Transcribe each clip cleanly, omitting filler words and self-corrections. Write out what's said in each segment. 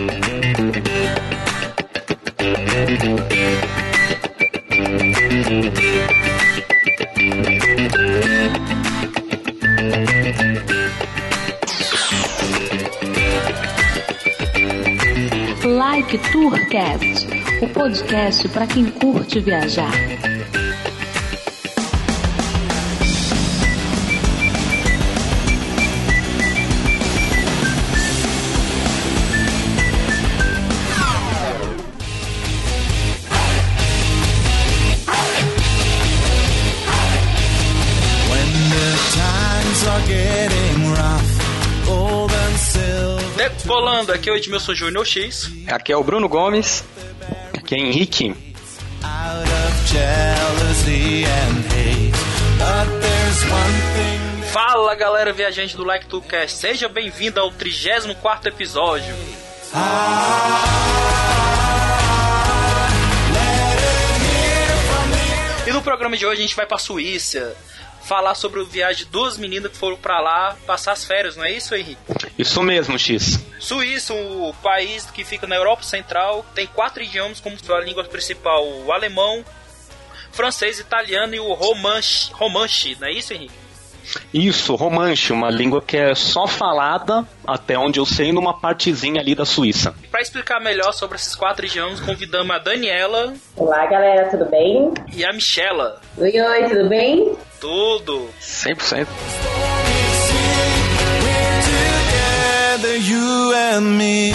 Like Tourcast, o podcast para quem curte viajar. Decolando, aqui é o Edmilson Júnior X. Aqui é o Bruno Gomes. Aqui é Henrique. Fala galera viajante do Like Tourcast, seja bem-vindo ao 34º episódio. E no programa de hoje a gente vai pra Suíça falar sobre a viagem de duas meninas que foram pra lá passar as férias, não é isso, Henrique? Isso mesmo, X. Suíça, o país que fica na Europa Central, tem 4 idiomas como sua língua principal: o alemão, francês, italiano e o romanche, não é isso, Henrique? Isso, romanche, uma língua que é só falada, até onde eu sei, numa partezinha ali da Suíça. Para explicar melhor sobre esses 4 idiomas, convidamos a Daniela. Olá, galera, tudo bem? E a Michela. Oi, tudo bem? Tudo. 100%. You and me.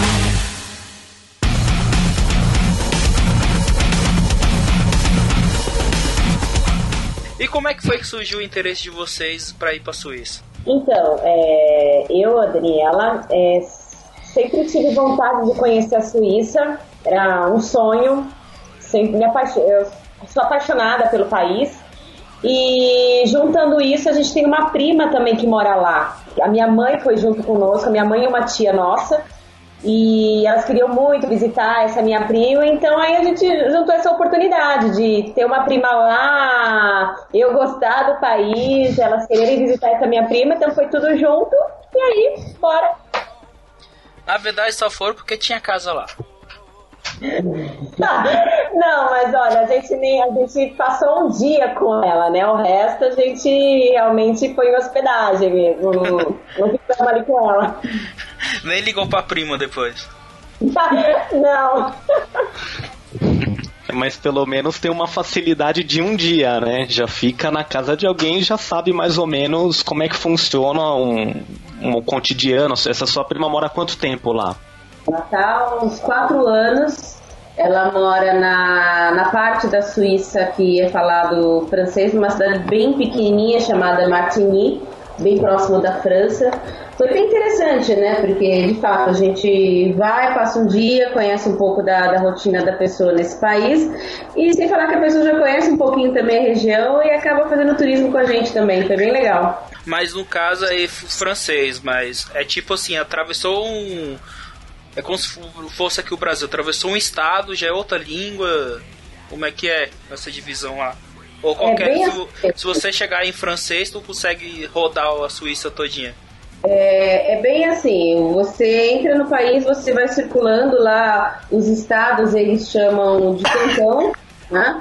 E como é que foi que surgiu o interesse de vocês para ir para a Suíça? Então, eu, a Daniela, sempre tive vontade de conhecer a Suíça. Era um sonho. Sempre eu sou apaixonada pelo país. E juntando isso, a gente tem uma prima também que mora lá. A minha mãe foi junto conosco, a minha mãe é uma tia nossa, e elas queriam muito visitar essa minha prima, então aí a gente juntou essa oportunidade de ter uma prima lá, eu gostar do país, elas quererem visitar essa minha prima, então foi tudo junto, e aí, bora. Na verdade só foram porque tinha casa lá. Não, mas olha, a gente passou um dia com ela, né? O resto a gente realmente foi em hospedagem mesmo. Não ficamos ali com ela. Nem ligou pra prima depois. Não. Mas pelo menos tem uma facilidade de um dia, né? Já fica na casa de alguém e já sabe mais ou menos como é que funciona um cotidiano. Essa sua prima mora há quanto tempo lá? Ela tá há uns 4 anos. Ela mora na parte da Suíça que é falado francês, numa cidade bem pequenininha chamada Martigny, bem próximo da França. Foi bem interessante, né? Porque, de fato, a gente vai, passa um dia, conhece um pouco da rotina da pessoa nesse país, e sem falar que a pessoa já conhece um pouquinho também a região e acaba fazendo turismo com a gente também. Foi bem legal. Mas, no caso, é francês, mas é tipo assim, atravessou um... É como se fosse aqui o Brasil, atravessou um estado, já é outra língua. Como é que é essa divisão lá? Ou qualquer... Se você chegar em francês, tu consegue rodar a Suíça todinha. É bem assim, você entra no país, você vai circulando lá, os estados eles chamam de cantão, né?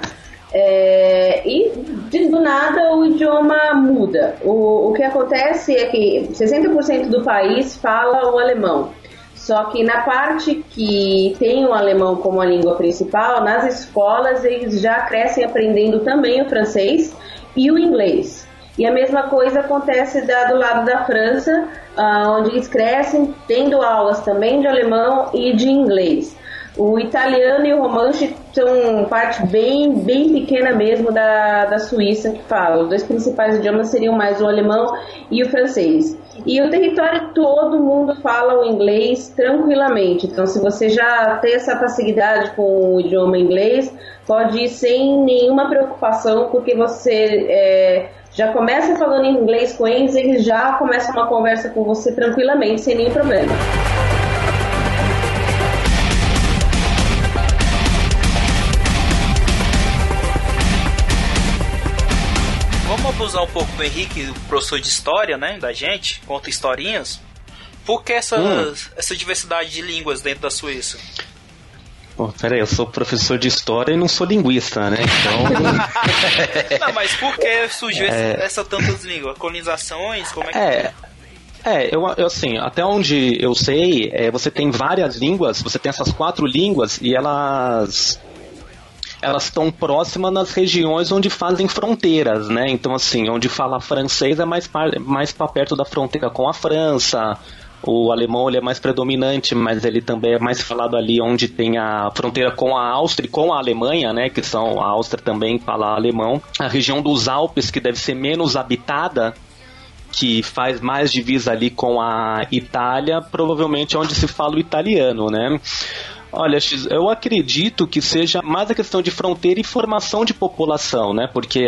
E do nada o idioma muda. O que acontece é que 60% do país fala o alemão. Só que na parte que tem o alemão como a língua principal, nas escolas eles já crescem aprendendo também o francês e o inglês. E a mesma coisa acontece do lado da França, onde eles crescem tendo aulas também de alemão e de inglês. O italiano e o romanche são parte bem pequena mesmo da Suíça que fala. Os 2 principais idiomas seriam mais o alemão e o francês. E o território todo mundo fala o inglês tranquilamente. Então, se você já tem essa facilidade com o idioma inglês, pode ir sem nenhuma preocupação, porque você já começa falando inglês com eles, eles já começam uma conversa com você tranquilamente, sem nenhum problema. Vamos abusar um pouco do Henrique, o professor de história, né, da gente, conta historinhas. Por que essa diversidade de línguas dentro da Suíça? Pô, peraí, eu sou professor de história e não sou linguista, né? Então... Não, mas por que surgiu essa tantas línguas? Colonizações? Como é que eu assim, até onde eu sei, você tem várias línguas, você tem essas 4 línguas e elas estão próximas nas regiões onde fazem fronteiras, né? Então, assim, onde fala francês é mais para perto da fronteira com a França. O alemão ele é mais predominante, mas ele também é mais falado ali onde tem a fronteira com a Áustria e com a Alemanha, né? Que são, a Áustria também fala alemão. A região dos Alpes, que deve ser menos habitada, que faz mais divisa ali com a Itália, provavelmente é onde se fala o italiano, né? Olha, eu acredito que seja mais a questão de fronteira e formação de população, né? Porque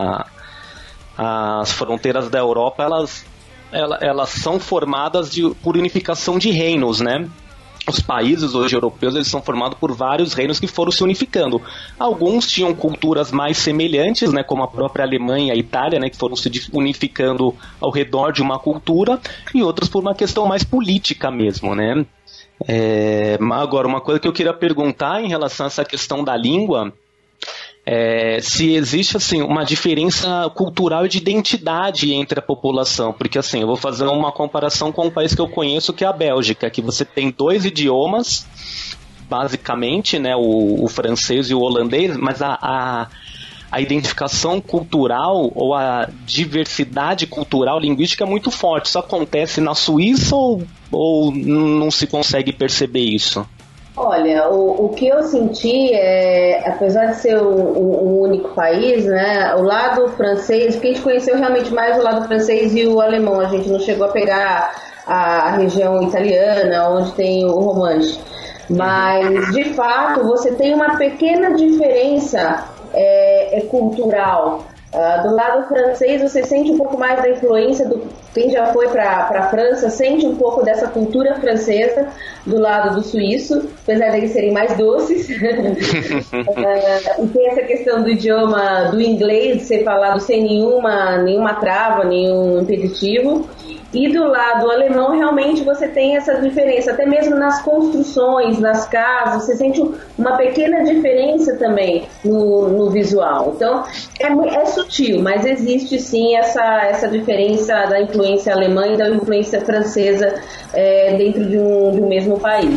as fronteiras da Europa, elas são formadas por unificação de reinos, né? Os países hoje europeus, eles são formados por vários reinos que foram se unificando. Alguns tinham culturas mais semelhantes, né, como a própria Alemanha e a Itália, né, que foram se unificando ao redor de uma cultura, e outros por uma questão mais política mesmo, né? Agora, uma coisa que eu queria perguntar em relação a essa questão da língua, se existe assim, uma diferença cultural e de identidade entre a população, porque assim, eu vou fazer uma comparação com um país que eu conheço, que é a Bélgica, que você tem 2 idiomas, basicamente, né, o francês e o holandês, mas a identificação cultural ou a diversidade cultural linguística é muito forte. Isso acontece na Suíça ou não se consegue perceber isso? Olha, o que eu senti apesar de ser um único país, né, o lado francês, porque a gente conheceu realmente mais o lado francês e o alemão, a gente não chegou a pegar a região italiana, onde tem o romance. Mas, de fato, você tem uma pequena diferença cultural. Do lado francês, você sente um pouco mais da influência quem já foi para a França sente um pouco dessa cultura francesa do lado do suíço, apesar de eles serem mais doces. E tem essa questão do idioma, do inglês, de ser falado sem nenhuma trava, nenhum impeditivo. E do lado alemão, realmente você tem essa diferença, até mesmo nas construções, nas casas, você sente uma pequena diferença também no visual. Então, é sutil, mas existe sim essa diferença da influência alemã e da influência francesa dentro de um mesmo país.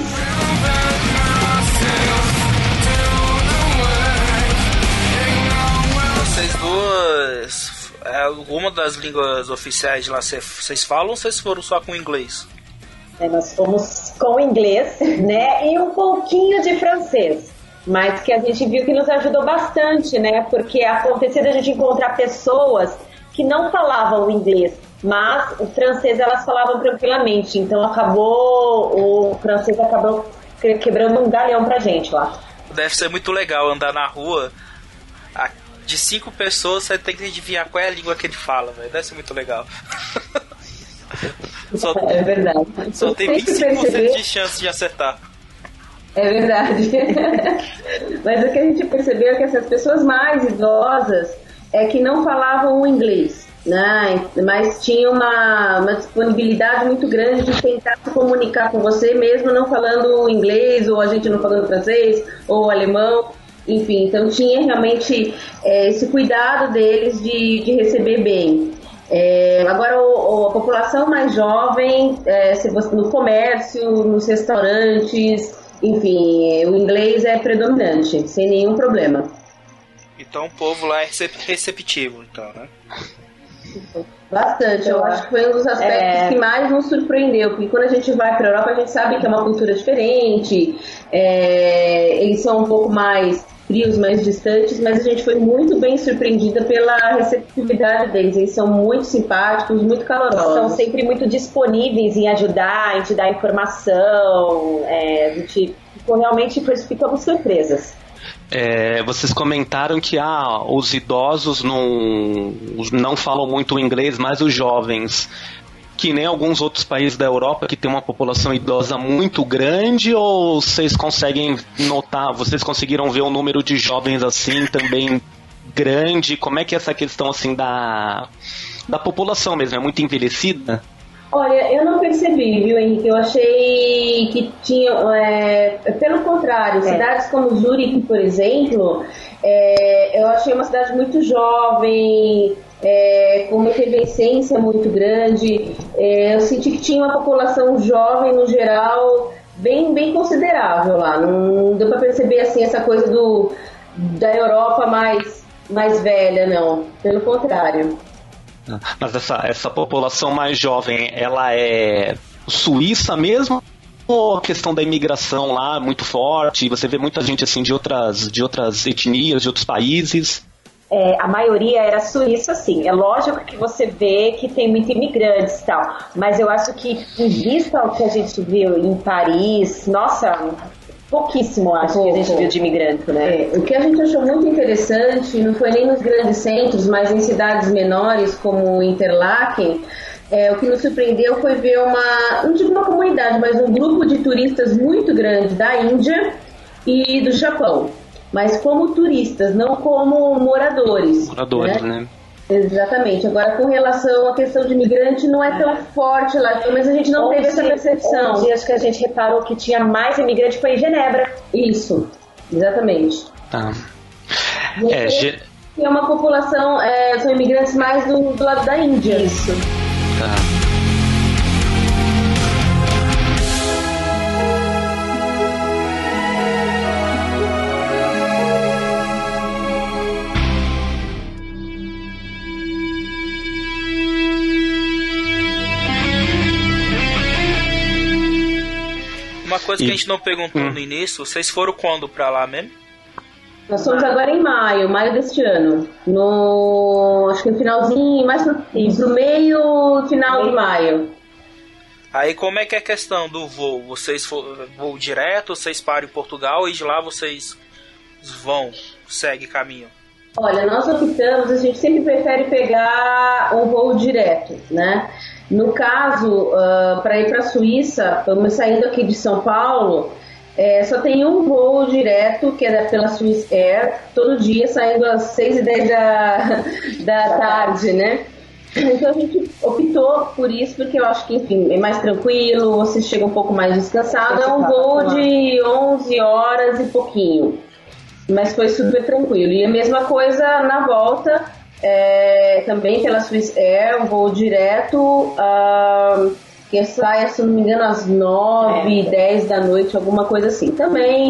Vocês duas... alguma das línguas oficiais de lá vocês falam ou vocês foram só com inglês? Nós fomos com inglês, né? E um pouquinho de francês. Mas que a gente viu que nos ajudou bastante, né? Porque acontecia de a gente encontrar pessoas que não falavam o inglês, mas o francês elas falavam tranquilamente. Então o francês acabou quebrando um galhão pra gente lá. Deve ser muito legal andar na rua. De 5 pessoas, você tem que adivinhar qual é a língua que ele fala, velho. Deve ser muito legal. É verdade. Só tem 25% de chance de acertar. É verdade. Mas o que a gente percebeu é que essas pessoas mais idosas que não falavam o inglês, né? Mas tinham uma disponibilidade muito grande de tentar se comunicar com você, mesmo não falando o inglês, ou a gente não falando francês, ou alemão. Enfim, então tinha realmente esse cuidado deles de receber bem. Agora, a população mais jovem, no comércio, nos restaurantes, enfim, o inglês é predominante, sem nenhum problema. Então o povo lá é receptivo, então, né? Bastante, eu acho que foi um dos aspectos que mais nos surpreendeu, porque quando a gente vai para a Europa, a gente sabe que é uma cultura diferente, eles são um pouco mais frios, mais distantes, mas a gente foi muito bem surpreendida pela receptividade deles. Eles são muito simpáticos, muito calorosos. São sempre muito disponíveis em ajudar, em te dar informação. A gente ficamos surpresas. Vocês comentaram que os idosos não falam muito inglês, mas os jovens, que nem alguns outros países da Europa que tem uma população idosa muito grande, ou vocês conseguem notar, vocês conseguiram ver o número de jovens assim também grande? Como é que é essa questão assim da população mesmo? É muito envelhecida? Olha, eu não percebi, viu, Henrique? Eu achei que tinha, pelo contrário, cidades como Zurique, por exemplo, eu achei uma cidade muito jovem, com uma efervescência muito grande. Eu senti que tinha uma população jovem, no geral, bem considerável lá. Não deu para perceber assim, essa coisa da Europa mais velha, não. Pelo contrário. Mas essa população mais jovem, ela é suíça mesmo? Ou a questão da imigração lá muito forte? Você vê muita gente assim de outras etnias, de outros países? A maioria era suíça, sim. É lógico que você vê que tem muitos imigrantes e tal, mas eu acho que, em vista ao que a gente viu em Paris, nossa, pouquíssimo acho que a gente viu de imigrante, né? O que a gente achou muito interessante, não foi nem nos grandes centros, mas em cidades menores como Interlaken, o que nos surpreendeu foi ver não digo uma comunidade, mas um grupo de turistas muito grande da Índia e do Japão. Mas como turistas, não como moradores. Moradores, né? Exatamente. Agora, com relação à questão de imigrante, não é tão forte lá, mas a gente não teve essa percepção. Onde acho que a gente reparou que tinha mais imigrante foi em Genebra. Isso, exatamente. É uma população, são imigrantes mais do lado da Índia. Isso. Uma coisa que a gente não perguntou no início, vocês foram quando pra lá mesmo? Nós fomos agora em maio deste ano. Acho que no finalzinho, mais pro meio, final de maio. Aí como é que é a questão do voo? Vocês voo direto, vocês param em Portugal e de lá vocês seguem caminho? Olha, nós optamos, a gente sempre prefere pegar um voo direto, né? No caso, para ir para a Suíça, estamos saindo aqui de São Paulo, só tem um voo direto, que é pela Swiss Air, todo dia saindo às 6h10 da tarde, né? Então a gente optou por isso, porque eu acho que, enfim, é mais tranquilo, você chega um pouco mais descansado, é um voo de 11 horas e pouquinho, mas foi super tranquilo. E a mesma coisa na volta, também pela Swiss Air, um voo direto, que sai, se não me engano, às 9h10 da noite, alguma coisa assim. Também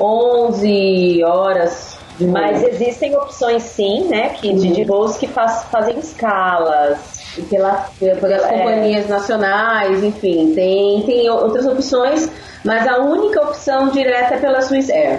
11 horas. Mas existem opções sim, né, de voos que fazem escalas. Pelas companhias nacionais, enfim, tem outras opções, mas a única opção direta é pela Swiss Air.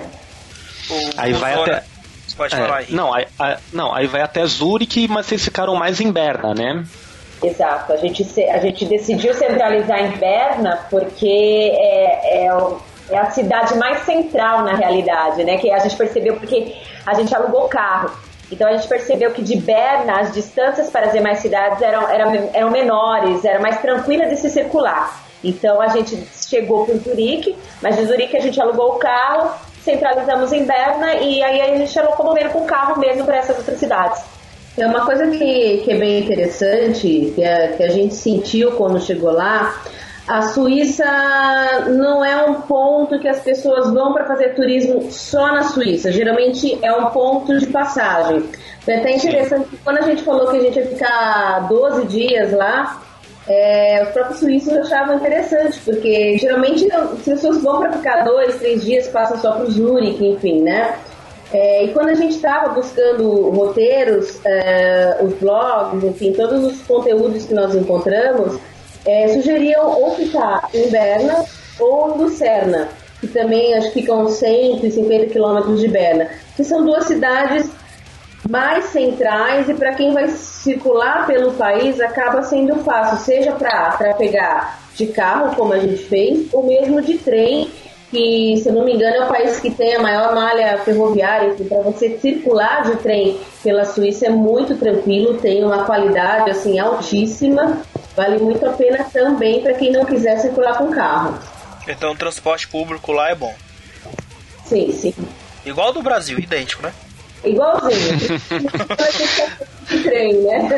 Aí vai até... Pode falar aí. Não, aí vai até Zurique, mas vocês ficaram mais em Berna, né? Exato, a gente decidiu centralizar em Berna porque é a cidade mais central na realidade, né? Que a gente percebeu porque a gente alugou carro. Então a gente percebeu que de Berna as distâncias para as demais cidades eram menores, era mais tranquila de se circular. Então a gente chegou por Zurique, mas de Zurique a gente alugou o carro, centralizamos em Berna e aí a gente locomovendo com o carro mesmo para essas outras cidades. É uma coisa que é bem interessante, que a gente sentiu quando chegou lá. A Suíça não é um ponto que as pessoas vão para fazer turismo só na Suíça. Geralmente é um ponto de passagem. Foi até interessante que quando a gente falou que a gente ia ficar 12 dias lá, os próprios suíços achavam interessante, porque geralmente as pessoas vão para ficar 2, 3 dias, passam só para o Zurique, enfim, né? E quando a gente estava buscando roteiros, os blogs, enfim, todos os conteúdos que nós encontramos, sugeriam ou ficar em Berna ou em Lucerna, que também acho que ficam 150 quilômetros de Berna, que são duas cidades mais centrais e para quem vai circular pelo país acaba sendo fácil, seja para pegar de carro, como a gente fez, ou mesmo de trem, que, se eu não me engano, é o país que tem a maior malha ferroviária. Para você circular de trem pela Suíça é muito tranquilo, tem uma qualidade assim altíssima, vale muito a pena também para quem não quiser circular com carro. Então o transporte público lá é bom? Sim. Igual ao do Brasil, idêntico, né? Igualzinho. Trem, né?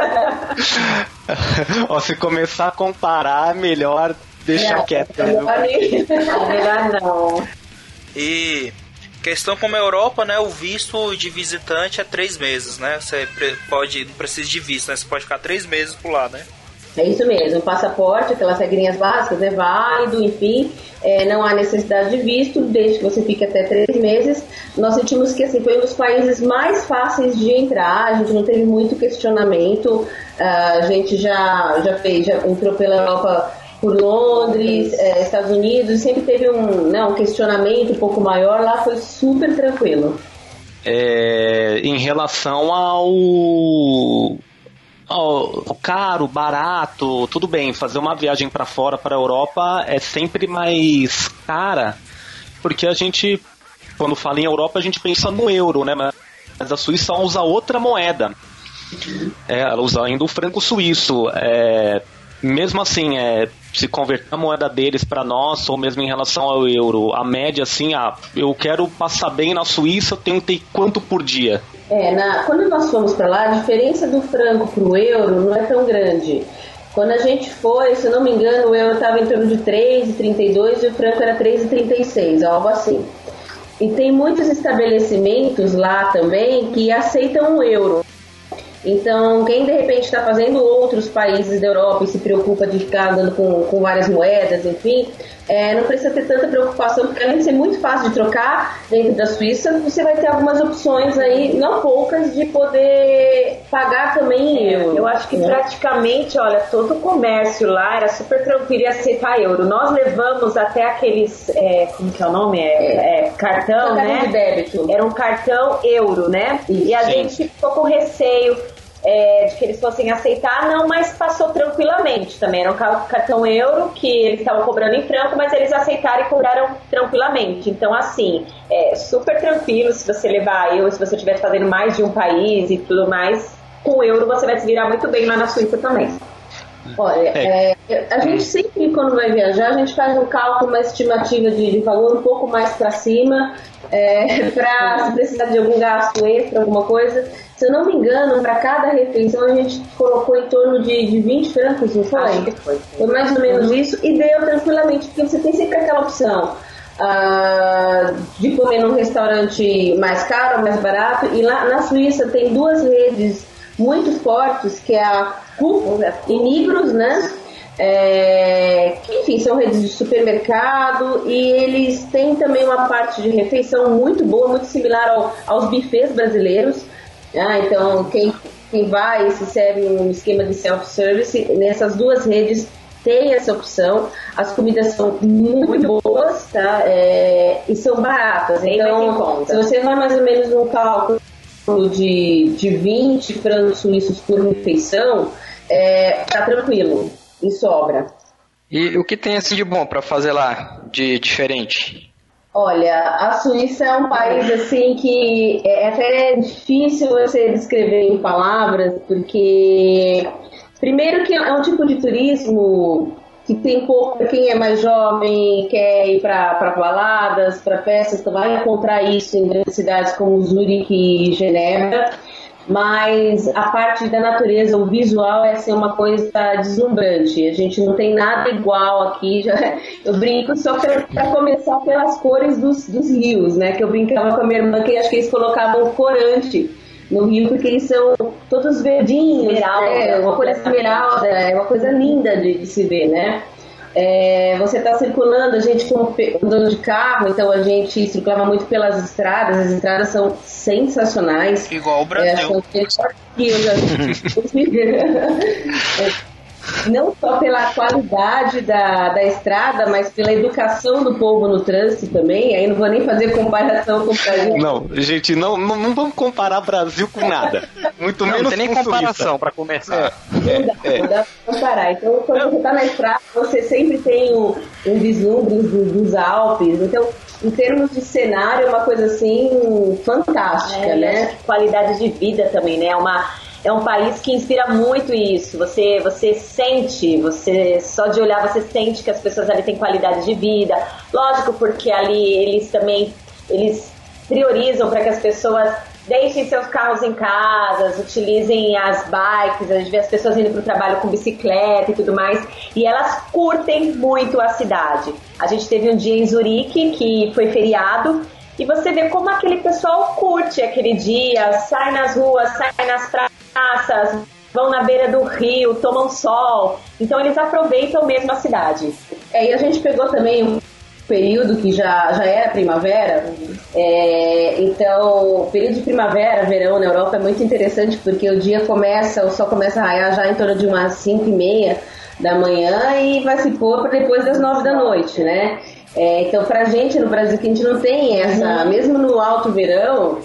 Ó, se começar a comparar, melhor deixar quieto. Melhor não. E questão como a Europa, né? O visto de visitante é 3 meses, né? Você não precisa de visto, né? Você pode ficar 3 meses por lá, né? É isso mesmo, o passaporte, aquelas regrinhas básicas, é válido, enfim, não há necessidade de visto, desde que você fique até 3 meses. Nós sentimos que assim, foi um dos países mais fáceis de entrar, a gente não teve muito questionamento, a gente já entrou pela Europa por Londres, Estados Unidos, sempre teve um questionamento um pouco maior, lá foi super tranquilo. Em relação ao caro, barato, tudo bem, fazer uma viagem para fora, para a Europa, é sempre mais cara, porque a gente, quando fala em Europa, a gente pensa no euro, né? Mas a Suíça usa outra moeda. Ela usa ainda o franco suíço. Mesmo assim, se converter a moeda deles para nós, ou mesmo em relação ao euro, a média, assim, eu quero passar bem na Suíça, eu tenho que ter quanto por dia? Quando nós fomos para lá, a diferença do franco para o euro não é tão grande. Quando a gente foi, se eu não me engano, o euro estava em torno de 3,32 e o franco era 3,36, algo assim. E tem muitos estabelecimentos lá também que aceitam o euro. Então, quem de repente está fazendo outros países da Europa e se preocupa de ficar andando com várias moedas, enfim, não precisa ter tanta preocupação, porque além de ser muito fácil de trocar dentro da Suíça, você vai ter algumas opções aí, não poucas, de poder pagar também em euro. Eu acho que praticamente, olha, todo o comércio lá era super tranquilo em aceitar euro. Nós levamos até aqueles, como que é o nome? Cartão, né? De débito. Era um cartão euro, né? Isso, e a gente ficou com receio de que eles fossem aceitar, não, mas passou tranquilamente também. Era um cartão euro que eles estavam cobrando em franco, mas eles aceitaram e cobraram tranquilamente. Então, assim, super tranquilo se você levar euro, se você estiver fazendo mais de um país e tudo mais, com euro você vai se virar muito bem lá na Suíça também. Olha, a gente sempre, quando vai viajar, a gente faz um cálculo, uma estimativa de valor um pouco mais para cima, para se precisar de algum gasto extra, alguma coisa. Se eu não me engano, para cada refeição a gente colocou em torno de 20 francos, não foi? Acho que foi. Foi mais ou menos isso, e deu tranquilamente, porque você tem sempre aquela opção de comer num restaurante mais caro, mais barato, e lá na Suíça tem 2 redes muito fortes, que é a Coop e Migros, né? Que, enfim, são redes de supermercado, e eles têm também uma parte de refeição muito boa, muito similar aos buffets brasileiros. Então, quem vai e se serve um esquema de self-service, nessas 2 redes tem essa opção. As comidas são muito boas, tá? E são baratas. Então, se você vai mais ou menos num cálculo de 20 francos suíços por refeição, tá tranquilo, e sobra. E o que tem assim de bom para fazer lá, de diferente? Olha, a Suíça é um país assim que é até difícil você descrever em palavras, porque primeiro que é um tipo de turismo que tem pouco para quem é mais jovem, quer ir para baladas, para festas, então vai encontrar isso em grandes cidades como Zurique e Genebra. Mas a parte da natureza, o visual é assim, uma coisa deslumbrante. A gente não tem nada igual aqui. Eu brinco só para começar pelas cores dos rios, né? Que eu brincava com a minha irmã, que acho que eles colocavam corante no rio, porque eles são todos verdinhos, uma cor esmeralda, é uma coisa linda de se ver, né? Você está circulando, a gente andando de carro, então a gente circulava muito pelas estradas, as estradas são sensacionais. Igual o Brasil. Não só pela qualidade da estrada, mas pela educação do povo no trânsito também. Aí não vou nem fazer comparação com o Brasil. Não, gente, não vamos comparar Brasil com nada. Muito menos. Não tem nem comparação para começar. Não dá pra comparar. Então, quando você está na estrada, você sempre tem um vislumbre dos Alpes. Então, em termos de cenário, é uma coisa assim fantástica, né? Qualidade de vida também, né? É um país que inspira muito isso. Você sente, só de olhar você sente que as pessoas ali têm qualidade de vida. Lógico, porque ali eles priorizam para que as pessoas deixem seus carros em casa, utilizem as bikes, a gente vê as pessoas indo para o trabalho com bicicleta e tudo mais, e elas curtem muito a cidade. A gente teve um dia em Zurique que foi feriado, e você vê como aquele pessoal curte aquele dia, sai nas ruas, sai nas praças, vão na beira do rio, tomam sol, então eles aproveitam mesmo a cidade. E a gente pegou também um período que já era primavera, então o período de primavera, verão na Europa é muito interessante porque o sol começa a raiar já em torno de umas 5:30 da manhã e vai se pôr para depois das 9 da noite, né? Então pra gente no Brasil que a gente não tem essa, mesmo no alto verão,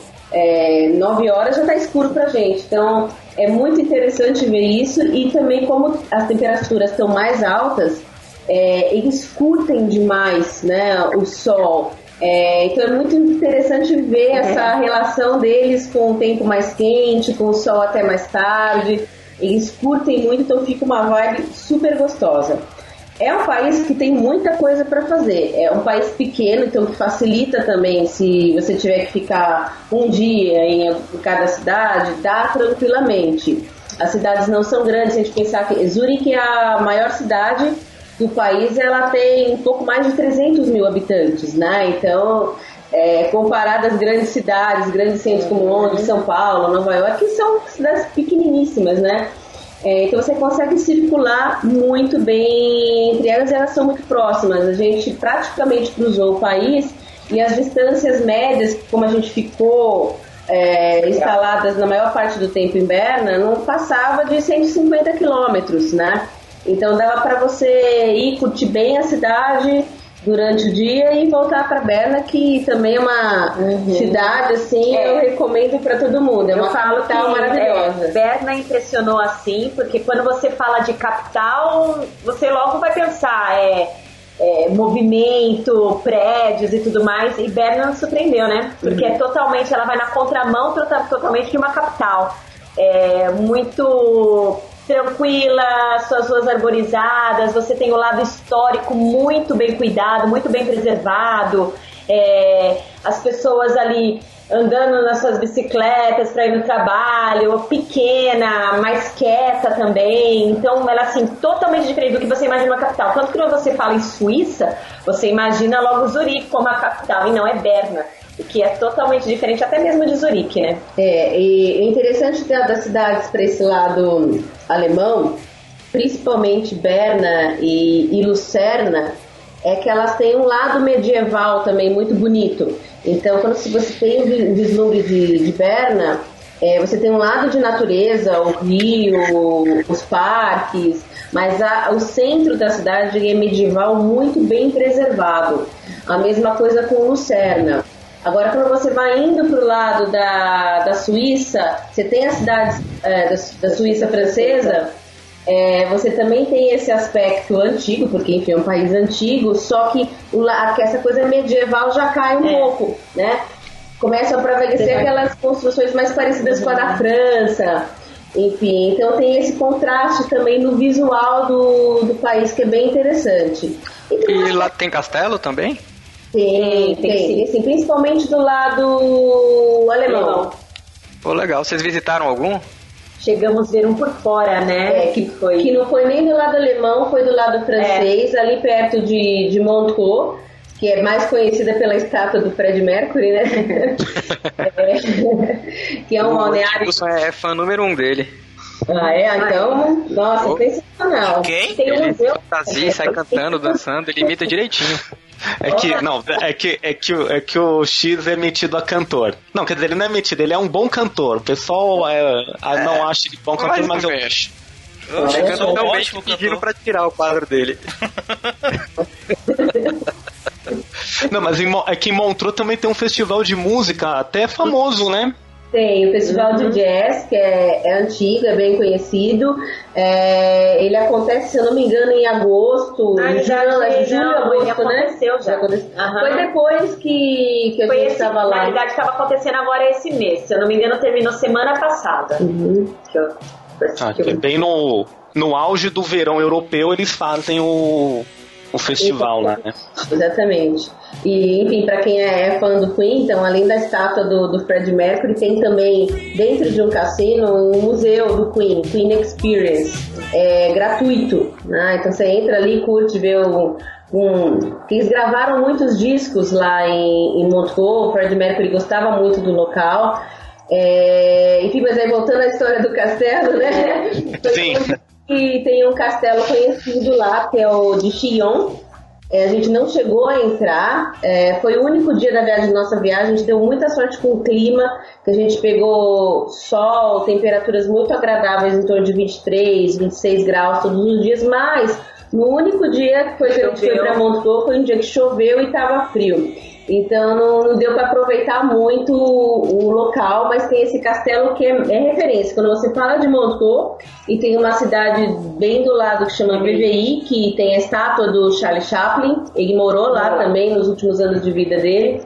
9 horas já tá escuro pra gente, então é muito interessante ver isso e também como as temperaturas estão mais altas, eles curtem demais, né, o sol. Então é muito interessante ver essa relação deles com o tempo mais quente, com o sol até mais tarde. Eles curtem muito, então fica uma vibe super gostosa. É um país que tem muita coisa para fazer. É um país pequeno, então que facilita também se você tiver que ficar um dia em cada cidade, dá tranquilamente. As cidades não são grandes, se a gente pensar que Zurique é a maior cidade do país, ela tem um pouco mais de 300 mil habitantes, né? Então, comparado às grandes cidades, grandes centros como Londres, São Paulo, Nova York, que são cidades pequeniníssimas, né? Então você consegue circular muito bem entre elas, e elas são muito próximas. A gente praticamente cruzou o país e as distâncias médias, como a gente ficou instaladas na maior parte do tempo em Berna, não passava de 150 quilômetros, né? Então dava para você ir curtir bem a cidade durante o dia e voltar para Berna, que também é uma cidade assim, eu recomendo para todo mundo. É uma capital maravilhosa. Berna impressionou assim, porque quando você fala de capital, você logo vai pensar movimento, prédios e tudo mais, e Berna nos surpreendeu, né? Porque ela vai na contramão totalmente de uma capital. Muito tranquila, suas ruas arborizadas, você tem o lado histórico muito bem cuidado, muito bem preservado, as pessoas ali andando nas suas bicicletas para ir no trabalho, pequena, mais quieta também, então ela assim, totalmente diferente do que você imagina uma capital. Tanto que quando você fala em Suíça, você imagina logo Zurique como a capital, e não é Berna, o que é totalmente diferente até mesmo de Zurique, né? E é interessante das cidades para esse lado alemão, principalmente Berna e Lucerna, é que elas têm um lado medieval também muito bonito. Então, quando você tem o vislumbre de Berna, você tem um lado de natureza, o rio, os parques, mas o centro da cidade é medieval muito bem preservado. A mesma coisa com Lucerna. Agora, quando você vai indo para o lado da Suíça, você tem as cidades da Suíça francesa, você também tem esse aspecto antigo, porque enfim é um país antigo, só que essa coisa medieval já cai um pouco, né? Começam a prevalecer aquelas construções mais parecidas com a da França, enfim, então tem esse contraste também no visual do país que é bem interessante. E lá tem castelo também? Tem, principalmente do lado alemão. Pô, legal. Vocês visitaram algum? Chegamos a ver um por fora, né? Que não foi nem do lado alemão, foi do lado francês, ali perto de Montreux, que é mais conhecida pela estátua do Fred Mercury, né? Que é um balneário. O é fã número 1 dele. Então, nossa, sensacional. Quem? Ele fantasia, sai cantando, dançando, ele imita direitinho. É que o X é metido a cantor. Não, quer dizer, ele não é metido, ele é um bom cantor. O pessoal não acha ele bom cantor, mas eu acho. Chegando tão bem que pediram pra tirar o quadro dele. Não, mas é que em Montreux também tem um festival de música até famoso, né? Tem o Festival de Jazz, que é antigo, é bem conhecido. Ele acontece, se eu não me engano, em agosto. Julho, agosto, né? Aconteceu já. Foi depois que a gente estava lá. Na verdade, estava acontecendo agora esse mês. Se eu não me engano, terminou semana passada. Que é bem no auge do verão europeu, eles fazem o O festival lá, né? Exatamente. E, enfim, para quem é fã do Queen, então, além da estátua do Freddie Mercury, tem também, dentro de um cassino, um museu do Queen Experience, gratuito, né? Então você entra ali, curte, vê eles gravaram muitos discos lá em Montreux, o Freddie Mercury gostava muito do local. Enfim, mas aí voltando à história do castelo, né? Sim. E tem um castelo conhecido lá, que é o de Chillon. A gente não chegou a entrar, foi o único dia da nossa viagem, a gente deu muita sorte com o clima, que a gente pegou sol, temperaturas muito agradáveis, em torno de 23, 26 graus todos os dias, mas no único dia que a gente foi para Montreux foi um dia que choveu e estava frio. Então não deu para aproveitar muito o local, mas tem esse castelo que é referência. Quando você fala de Montreux, e tem uma cidade bem do lado que chama VVI, que tem a estátua do Charlie Chaplin, ele morou lá também nos últimos anos de vida dele.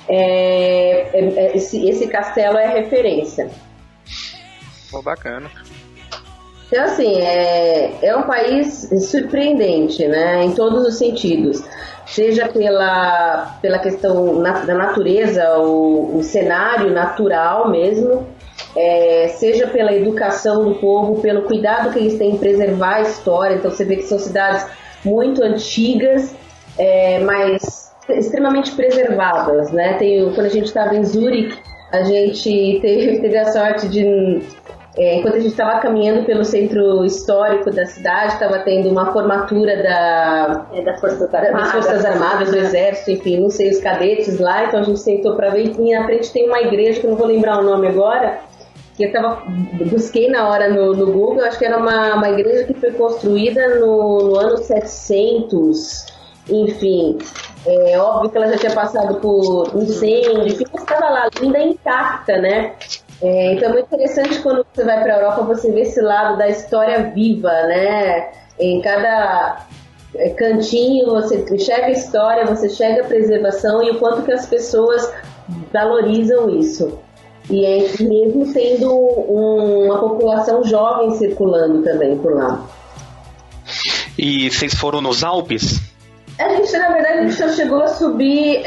Esse castelo é referência. Bacana. Então, assim, é um país surpreendente, né, em todos os sentidos. Seja pela questão da natureza, o cenário natural mesmo, seja pela educação do povo, pelo cuidado que eles têm em preservar a história. Então você vê que são cidades muito antigas, mas extremamente preservadas, né? Quando a gente estava em Zurique, a gente teve a sorte de... enquanto a gente estava caminhando pelo centro histórico da cidade, estava tendo uma formatura das Forças Armadas, do Exército, enfim, não sei, os cadetes lá, então a gente sentou para ver, e na frente tem uma igreja, que eu não vou lembrar o nome agora, que busquei na hora no Google, acho que era uma igreja que foi construída no ano 700, enfim, óbvio que ela já tinha passado por incêndio, enfim, mas estava lá, ainda intacta, né? Então é muito interessante quando você vai para a Europa, você vê esse lado da história viva, né? Em cada cantinho você enxerga a história, você enxerga a preservação e o quanto que as pessoas valorizam isso. E mesmo tendo uma população jovem circulando também por lá. E vocês foram nos Alpes? A gente, na verdade, a gente já chegou a subir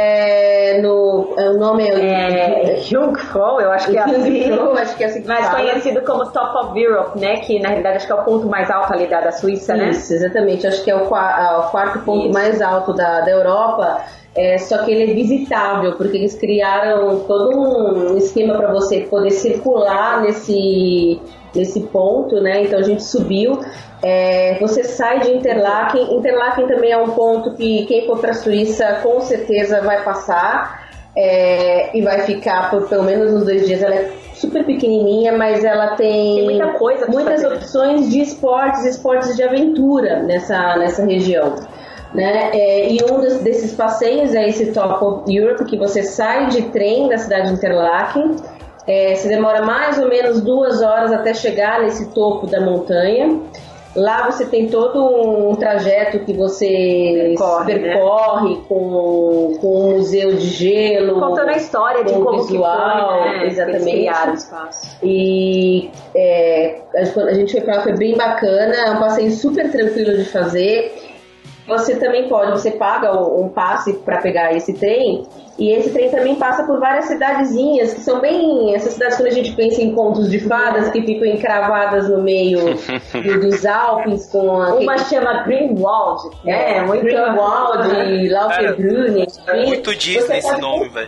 o nome é Jungfrau, eu acho que é assim. Mais conhecido como Top of Europe, né? Que na realidade acho que é o ponto mais alto ali da Suíça, né? Isso, exatamente. Acho que é o quarto ponto mais alto da Europa. Só que ele é visitável, porque eles criaram todo um esquema para você poder circular nesse ponto, né? Então a gente subiu. Você sai de Interlaken. Interlaken também é um ponto que quem for para a Suíça com certeza vai passar e vai ficar por pelo menos uns 2 dias. Ela é super pequenininha, mas ela tem muita coisa, muitas opções de esportes de aventura nessa região. Né? E um desses passeios é esse Top of Europe, que você sai de trem da cidade de Interlaken. Você demora mais ou menos 2 horas até chegar nesse topo da montanha. Lá você tem todo um trajeto que você percorre, né? com um museu de gelo, contando a história de como visual, que foi, né? Exatamente. O espaço. E a gente foi pra lá, foi bem bacana, é um passeio super tranquilo de fazer. Você também você paga um passe para pegar esse trem, e esse trem também passa por várias cidadezinhas, que são bem essas cidades quando a gente pensa em contos de fadas, que ficam encravadas no meio dos Alpes. Uma chama Greenwald, Greenwald e Lauterbrunnen. É muito Disney esse nome, velho.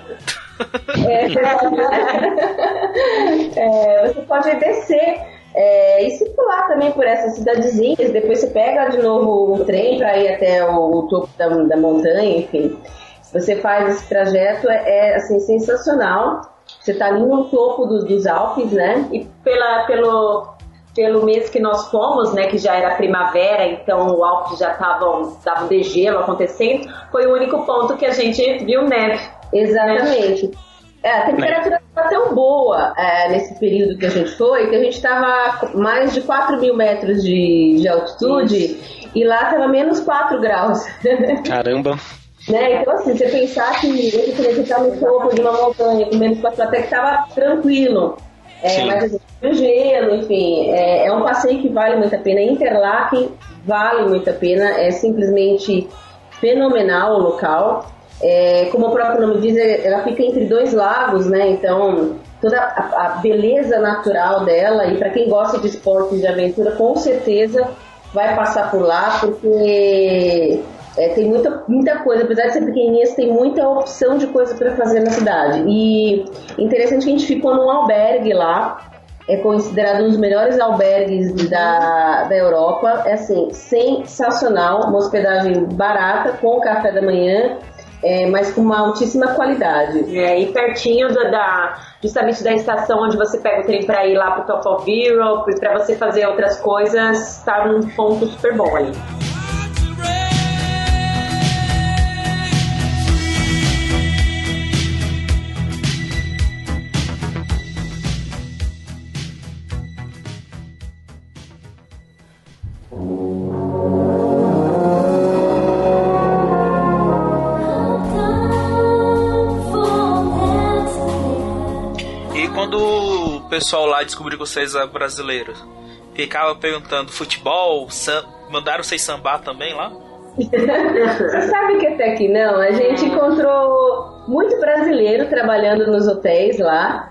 Você pode descer e circular também por essas cidadezinhas. Depois você pega de novo o trem para ir até o topo da montanha, enfim. Você faz esse trajeto, assim, sensacional. Você está ali no topo dos Alpes, né? E pelo mês que nós fomos, né, que já era primavera, então o Alpes já estavam degelo acontecendo, foi o único ponto que a gente viu neve. Exatamente. A temperatura estava tão boa nesse período que a gente foi, que a gente estava mais de 4.000 metros de altitude. Isso. E lá estava menos 4 graus. Caramba! Né? Então, assim, você pensar que ele teria que estar no topo de uma montanha com menos 4 até que estava tranquilo. Mas a gente viu gelo, enfim. É um passeio que vale muito a pena. Interlaken vale muito a pena, é simplesmente fenomenal o local. Como o próprio nome diz, ela fica entre 2 lagos, né? Então toda a beleza natural dela, e para quem gosta de esportes de aventura, com certeza vai passar por lá, porque tem muita coisa, apesar de ser pequenininha, tem muita opção de coisa para fazer na cidade. E interessante que a gente ficou num albergue lá, é considerado um dos melhores albergues da Europa, é assim, sensacional, uma hospedagem barata, com café da manhã, mas com uma altíssima qualidade. E pertinho justamente da estação onde você pega o trem para ir lá pro Top of Europe, para você fazer outras coisas, tá num ponto super bom ali. Quando o pessoal lá descobriu que vocês eram brasileiros, ficava perguntando futebol, mandaram vocês sambar também lá? Você sabe que até que não, a gente encontrou muito brasileiro trabalhando nos hotéis lá,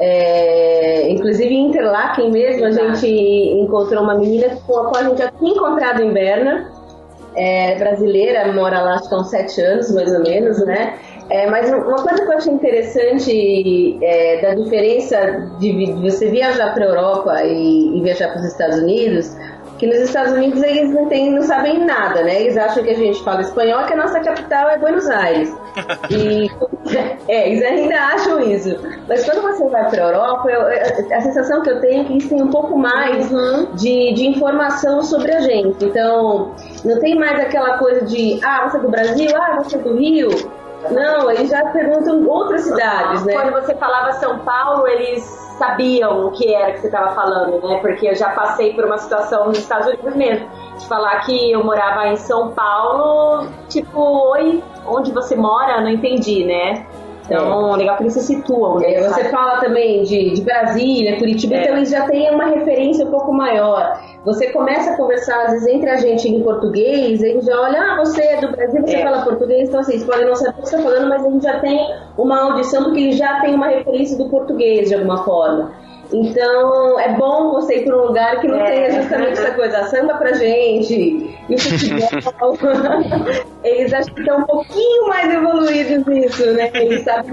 inclusive em Interlaken mesmo. A gente encontrou uma menina com a qual a gente já tinha encontrado em Berna, brasileira, mora lá acho que há uns 7 anos mais ou menos, né? Mas uma coisa que eu achei interessante da diferença de você viajar para a Europa e viajar para os Estados Unidos, que nos Estados Unidos eles não sabem nada, né? Eles acham que a gente fala espanhol, que a nossa capital é Buenos Aires. E eles ainda acham isso. Mas quando você vai para a Europa, a sensação que eu tenho é que eles têm um pouco mais de informação sobre a gente. Então, não tem mais aquela coisa de, você é do Brasil? Você é do Rio? Não, eles já perguntam outras cidades, né? Quando você falava São Paulo, eles sabiam o que era que você estava falando, né? Porque eu já passei por uma situação nos Estados Unidos mesmo, de falar que eu morava em São Paulo, tipo, oi, onde você mora? Não entendi, né? Então, legal que eles se situam. Né? Você fala também de Brasília, Curitiba, então eles já têm uma referência um pouco maior. Você começa a conversar, às vezes, entre a gente em português, eles já olham, você é do Brasil, você fala português, então assim, eles podem não saber o que você está falando, mas a gente já tem uma audição, porque eles já têm uma referência do português, de alguma forma. Então, é bom você ir para um lugar que não tenha justamente essa coisa, samba pra gente, e o futebol. Eles acham que estão um pouquinho mais evoluídos nisso, né? Eles sabem.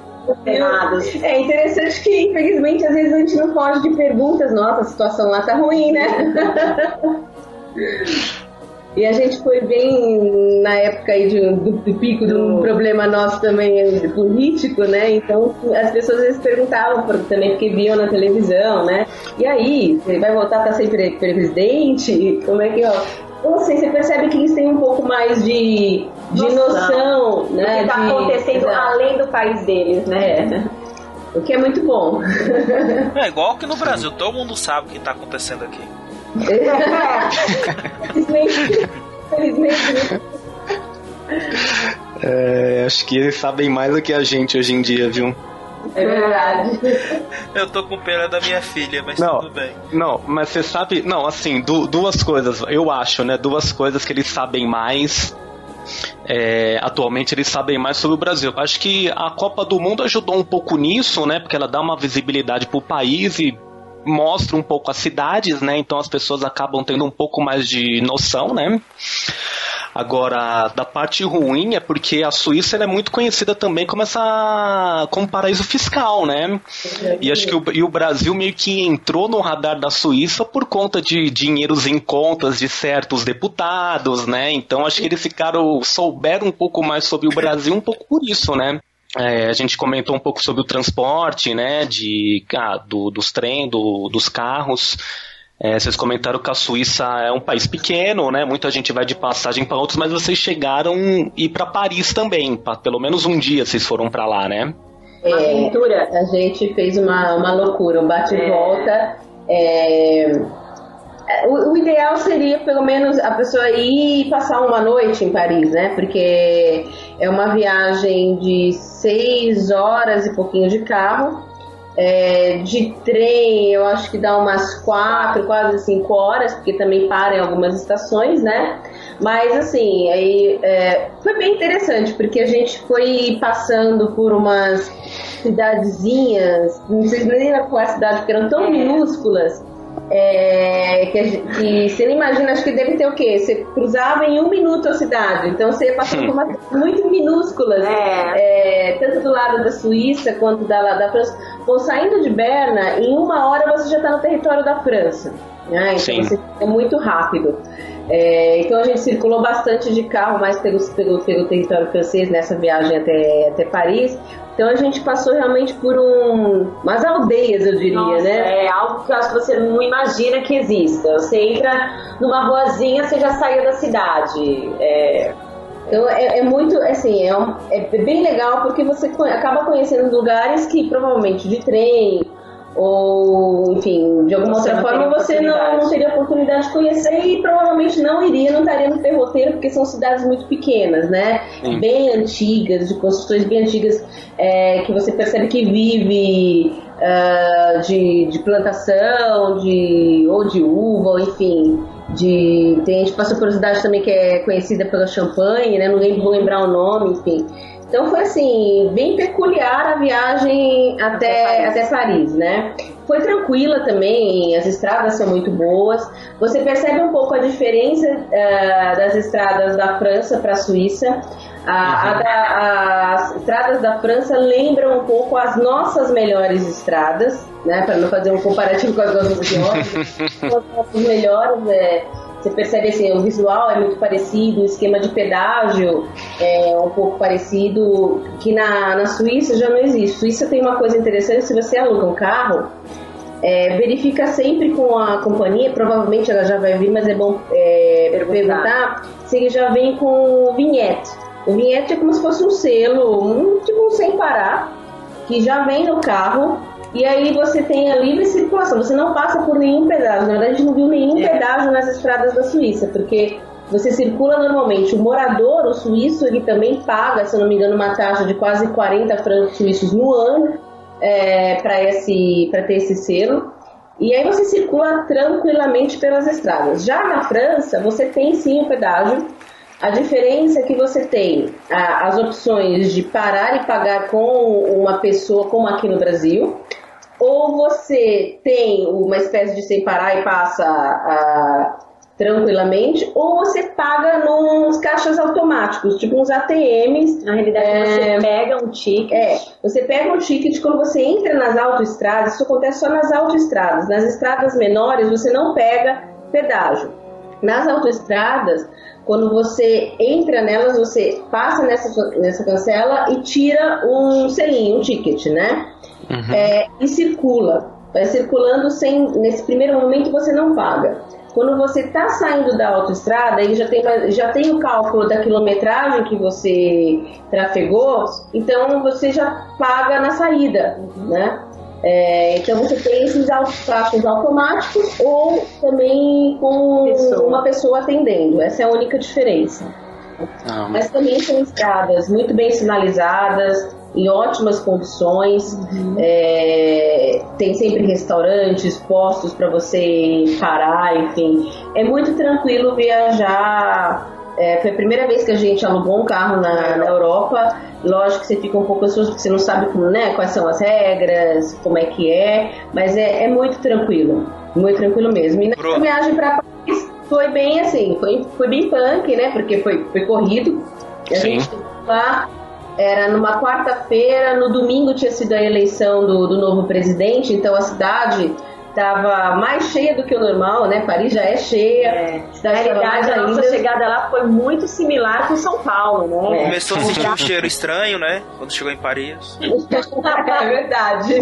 É interessante que, infelizmente, às vezes a gente não foge de perguntas. Nossa, a situação lá tá ruim, né? E a gente foi bem na época aí do pico de um problema nosso também político, né? Então as pessoas às vezes perguntavam também, porque viam na televisão, né? E aí, você vai voltar a estar sempre presidente? Como é que, Então, assim, você percebe que eles têm um pouco mais de noção, né? O que está acontecendo além do país deles, né? O que é muito bom. É igual que no Brasil, todo mundo sabe o que está acontecendo aqui. Felizmente. Acho que eles sabem mais do que a gente hoje em dia, viu? É verdade. Eu tô com pena da minha filha, mas tudo bem. Não, mas você sabe... Não, assim, duas coisas, eu acho, né? Duas coisas que eles sabem mais... atualmente eles sabem mais sobre o Brasil. Acho que a Copa do Mundo ajudou um pouco nisso, né? Porque ela dá uma visibilidade pro país e mostra um pouco as cidades, né? Então as pessoas acabam tendo um pouco mais de noção, né? Agora, da parte ruim é porque a Suíça ela é muito conhecida também como paraíso fiscal, né? E acho que o Brasil meio que entrou no radar da Suíça por conta de dinheiros em contas de certos deputados, né? Então acho que eles souberam um pouco mais sobre o Brasil um pouco por isso, né? A gente comentou um pouco sobre o transporte, né, dos trens, dos carros. Vocês comentaram que a Suíça é um país pequeno, né? Muita gente vai de passagem para outros, mas vocês chegaram a ir para Paris também. Pelo menos um dia vocês foram para lá, né? Uma aventura. A gente fez uma loucura, um bate e volta. O ideal seria, pelo menos, a pessoa ir passar uma noite em Paris, né? Porque é uma viagem de 6 horas e pouquinho de carro. De trem, eu acho que dá umas 4, quase 5 horas, porque também para em algumas estações, né? Mas, assim, aí foi bem interessante, porque a gente foi passando por umas cidadezinhas, não sei nem qual é a cidade, porque eram tão minúsculas, que você não imagina, acho que deve ter o quê? Você cruzava em 1 minuto a cidade, então você ia passando por umas muito minúsculas, tanto do lado da Suíça quanto da França. Bom, saindo de Berna, em 1 hora você já está no território da França, né? Então você é muito rápido. Então a gente circulou bastante de carro, mais pelo território francês nessa viagem até Paris. Então a gente passou realmente por umas aldeias, eu diria. Nossa, né? É algo que eu acho que você não imagina que exista. Você entra numa ruazinha, você já saiu da cidade. Então é muito, assim, é bem legal, porque você acaba conhecendo lugares que provavelmente de trem ou, enfim, de alguma outra forma você não teria oportunidade de conhecer e provavelmente não estaria no teu roteiro, porque são cidades muito pequenas, né? Sim. Bem antigas, de construções bem antigas, que você percebe que vive de plantação, ou de uva, ou enfim. A gente passou por uma cidade também que é conhecida pela champanhe, né? Não vou lembrar o nome, enfim. Então foi assim, bem peculiar a viagem até Paris, né? Foi tranquila também, as estradas são muito boas. Você percebe um pouco a diferença das estradas da França para a Suíça. As estradas da França lembram um pouco as nossas melhores estradas, né? Para não fazer um comparativo com as nossas piores. As nossas melhores, você percebe assim, o visual é muito parecido, o esquema de pedágio é um pouco parecido, que na Suíça já não existe. Suíça tem uma coisa interessante: se você aluga um carro, verifica sempre com a companhia, provavelmente ela já vai vir, mas é bom perguntar se ele já vem com o vinhete. O vinhete é como se fosse um selo, tipo um sem parar, que já vem no carro. E aí você tem a livre circulação, você não passa por nenhum pedágio. Na verdade, a gente não viu nenhum pedágio nas estradas da Suíça, porque você circula normalmente. O morador, o suíço, ele também paga, se eu não me engano, uma taxa de quase 40 francos suíços no ano para ter esse selo. E aí você circula tranquilamente pelas estradas. Já na França, você tem sim o pedágio. A diferença é que você tem as opções de parar e pagar com uma pessoa, como aqui no Brasil, ou você tem uma espécie de sem parar e passa tranquilamente, ou você paga nos caixas automáticos, tipo uns ATMs. Na realidade, você pega um ticket. Você pega um ticket quando você entra nas autoestradas. Isso acontece só nas autoestradas. Nas estradas menores, você não pega pedágio. Nas autoestradas, quando você entra nelas, você passa nessa cancela e tira um selinho, um ticket, né? E circula. Vai circulando nesse primeiro momento você não paga. Quando você está saindo da autoestrada, ele já tem o cálculo da quilometragem que você trafegou, então você já paga na saída, né? Então você tem esses caixas automáticos ou também com uma pessoa atendendo. Essa é a única diferença. Mas também são estradas muito bem sinalizadas, em ótimas condições. Tem sempre restaurantes, postos para você parar, enfim. É muito tranquilo viajar. Foi a primeira vez que a gente alugou um carro na Europa. Lógico que você fica um pouco ansioso porque você não sabe como, né, quais são as regras, como é que mas é muito tranquilo mesmo. E na viagem para Paris foi bem assim, foi bem punk, né, porque foi corrido. A gente lá era numa quarta-feira, no domingo tinha sido a eleição do novo presidente, então a cidade estava mais cheia do que o normal, né? Paris já é cheia. Na realidade, a nossa chegada lá foi muito similar com São Paulo, né? Começou a sentir um cheiro estranho, né? Quando chegou em Paris. É verdade.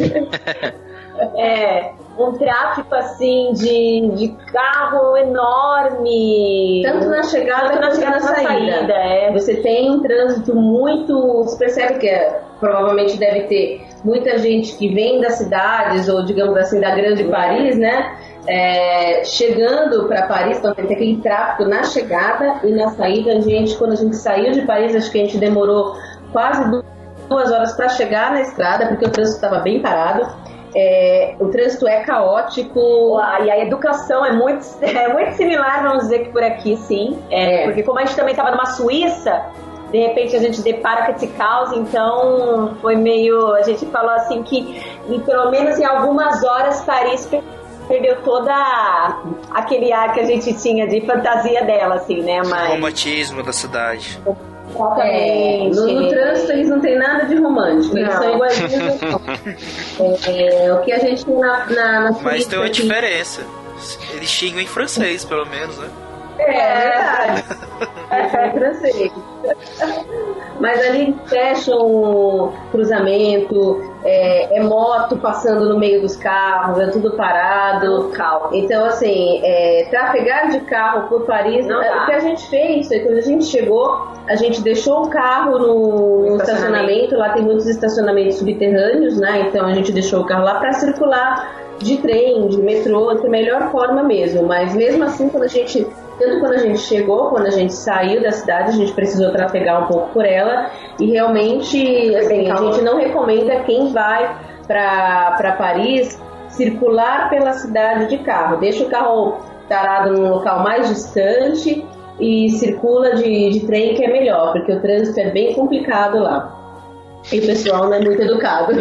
Um tráfico assim de carro enorme. Tanto na chegada quanto na saída. Você tem um trânsito muito. Você percebe que provavelmente deve ter muita gente que vem das cidades, ou digamos assim, da grande Paris, né? Chegando para Paris, então tem aquele tráfego na chegada e na saída. Quando a gente saiu de Paris, acho que a gente demorou quase 2 horas para chegar na estrada, porque o trânsito estava bem parado. o trânsito é caótico. E a educação é muito similar, vamos dizer que por aqui, sim. Porque como a gente também estava numa Suíça, de repente a gente depara com esse caos, então foi meio... A gente falou assim que, pelo menos em algumas horas, Paris perdeu toda aquele ar que a gente tinha de fantasia dela, assim, né? Mas... O romantismo da cidade. No trânsito eles não tem nada de romântico, eles são iguaizinhos. O que a gente tem na Suíça... Mas tem uma diferença. Eles xingam em francês, pelo menos, né? Verdade. Em francês. Mas ali fecham o cruzamento, moto passando no meio dos carros, é tudo parado. Então, assim, trafegar de carro por Paris, o que a gente fez foi quando a gente chegou, a gente deixou o carro no estacionamento. Lá tem muitos estacionamentos subterrâneos, né? Então a gente deixou o carro lá para circular de trem, de metrô, da melhor forma mesmo. Mas mesmo assim, quando a gente chegou, quando a gente saiu da cidade, a gente precisou trafegar um pouco por ela. E realmente, assim, a gente não recomenda quem vai para Paris circular pela cidade de carro. Deixa o carro parado num local mais distante e circula de trem, que é melhor, porque o trânsito é bem complicado lá. E o pessoal não é muito educado.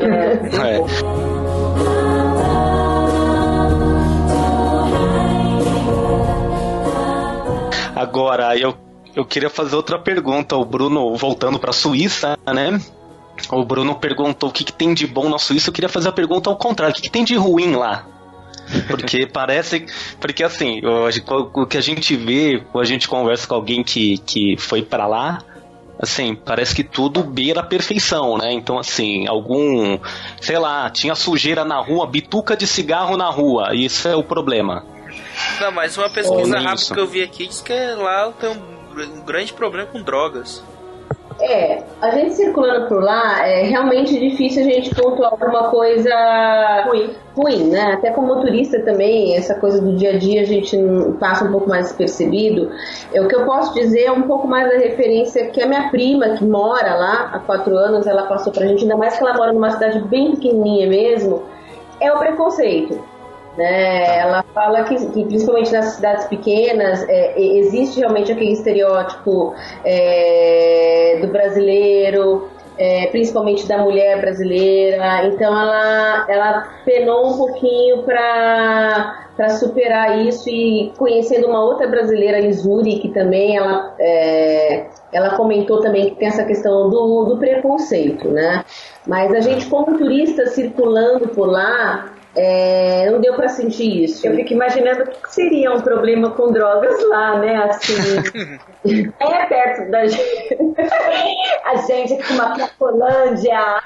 Agora, eu queria fazer outra pergunta. O Bruno, voltando para a Suíça, né? O Bruno perguntou o que tem de bom na Suíça. Eu queria fazer a pergunta ao contrário. O que tem de ruim lá? Porque porque assim, o que a gente vê, quando a gente conversa com alguém que foi para lá, assim, parece que tudo beira a perfeição, né? Então, assim, sei lá, tinha sujeira na rua, bituca de cigarro na rua, isso é o problema. Não, mas uma pesquisa rápida que eu vi aqui diz que lá tem um grande problema com drogas. A gente circulando por lá, é realmente difícil a gente pontuar alguma coisa ruim, né? Até como motorista também, essa coisa do dia a dia a gente passa um pouco mais despercebido. O que eu posso dizer é um pouco mais da referência que a minha prima, que mora lá há 4 anos, ela passou pra gente, ainda mais que ela mora numa cidade bem pequenininha mesmo, é o preconceito. Ela fala que principalmente nas cidades pequenas existe realmente aquele estereótipo do brasileiro, principalmente da mulher brasileira. Então ela penou um pouquinho para superar isso, e conhecendo uma outra brasileira, Isuri, que também ela comentou também que tem essa questão do preconceito, né? Mas a gente, como turista circulando por lá, não deu pra sentir isso. Eu fico imaginando o que seria um problema com drogas lá, né? Assim, perto da gente. A gente aqui na Cracolândia.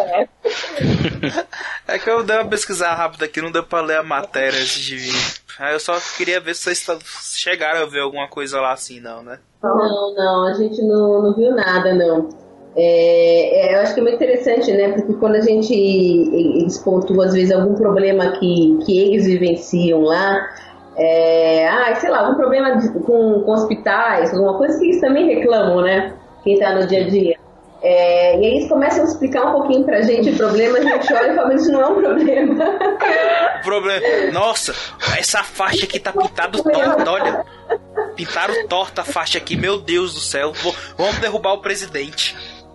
É que eu dei uma pesquisada rápida aqui, não deu pra ler a matéria antes de vir. Aí eu só queria ver se vocês chegaram a ver alguma coisa lá assim, não, né? Não, a gente não viu nada, não. Eu acho que é muito interessante, né? Porque quando eles pontuam às vezes algum problema que eles vivenciam lá, sei lá, algum problema com hospitais, alguma coisa que eles também reclamam, né? Quem tá no dia a dia. E aí eles começam a explicar um pouquinho pra gente o problema, a gente olha e fala, mas isso não é um problema. O problema... Nossa, essa faixa aqui tá pintada torta, olha. Pintaram torta a faixa aqui, meu Deus do céu. Vamos derrubar o presidente.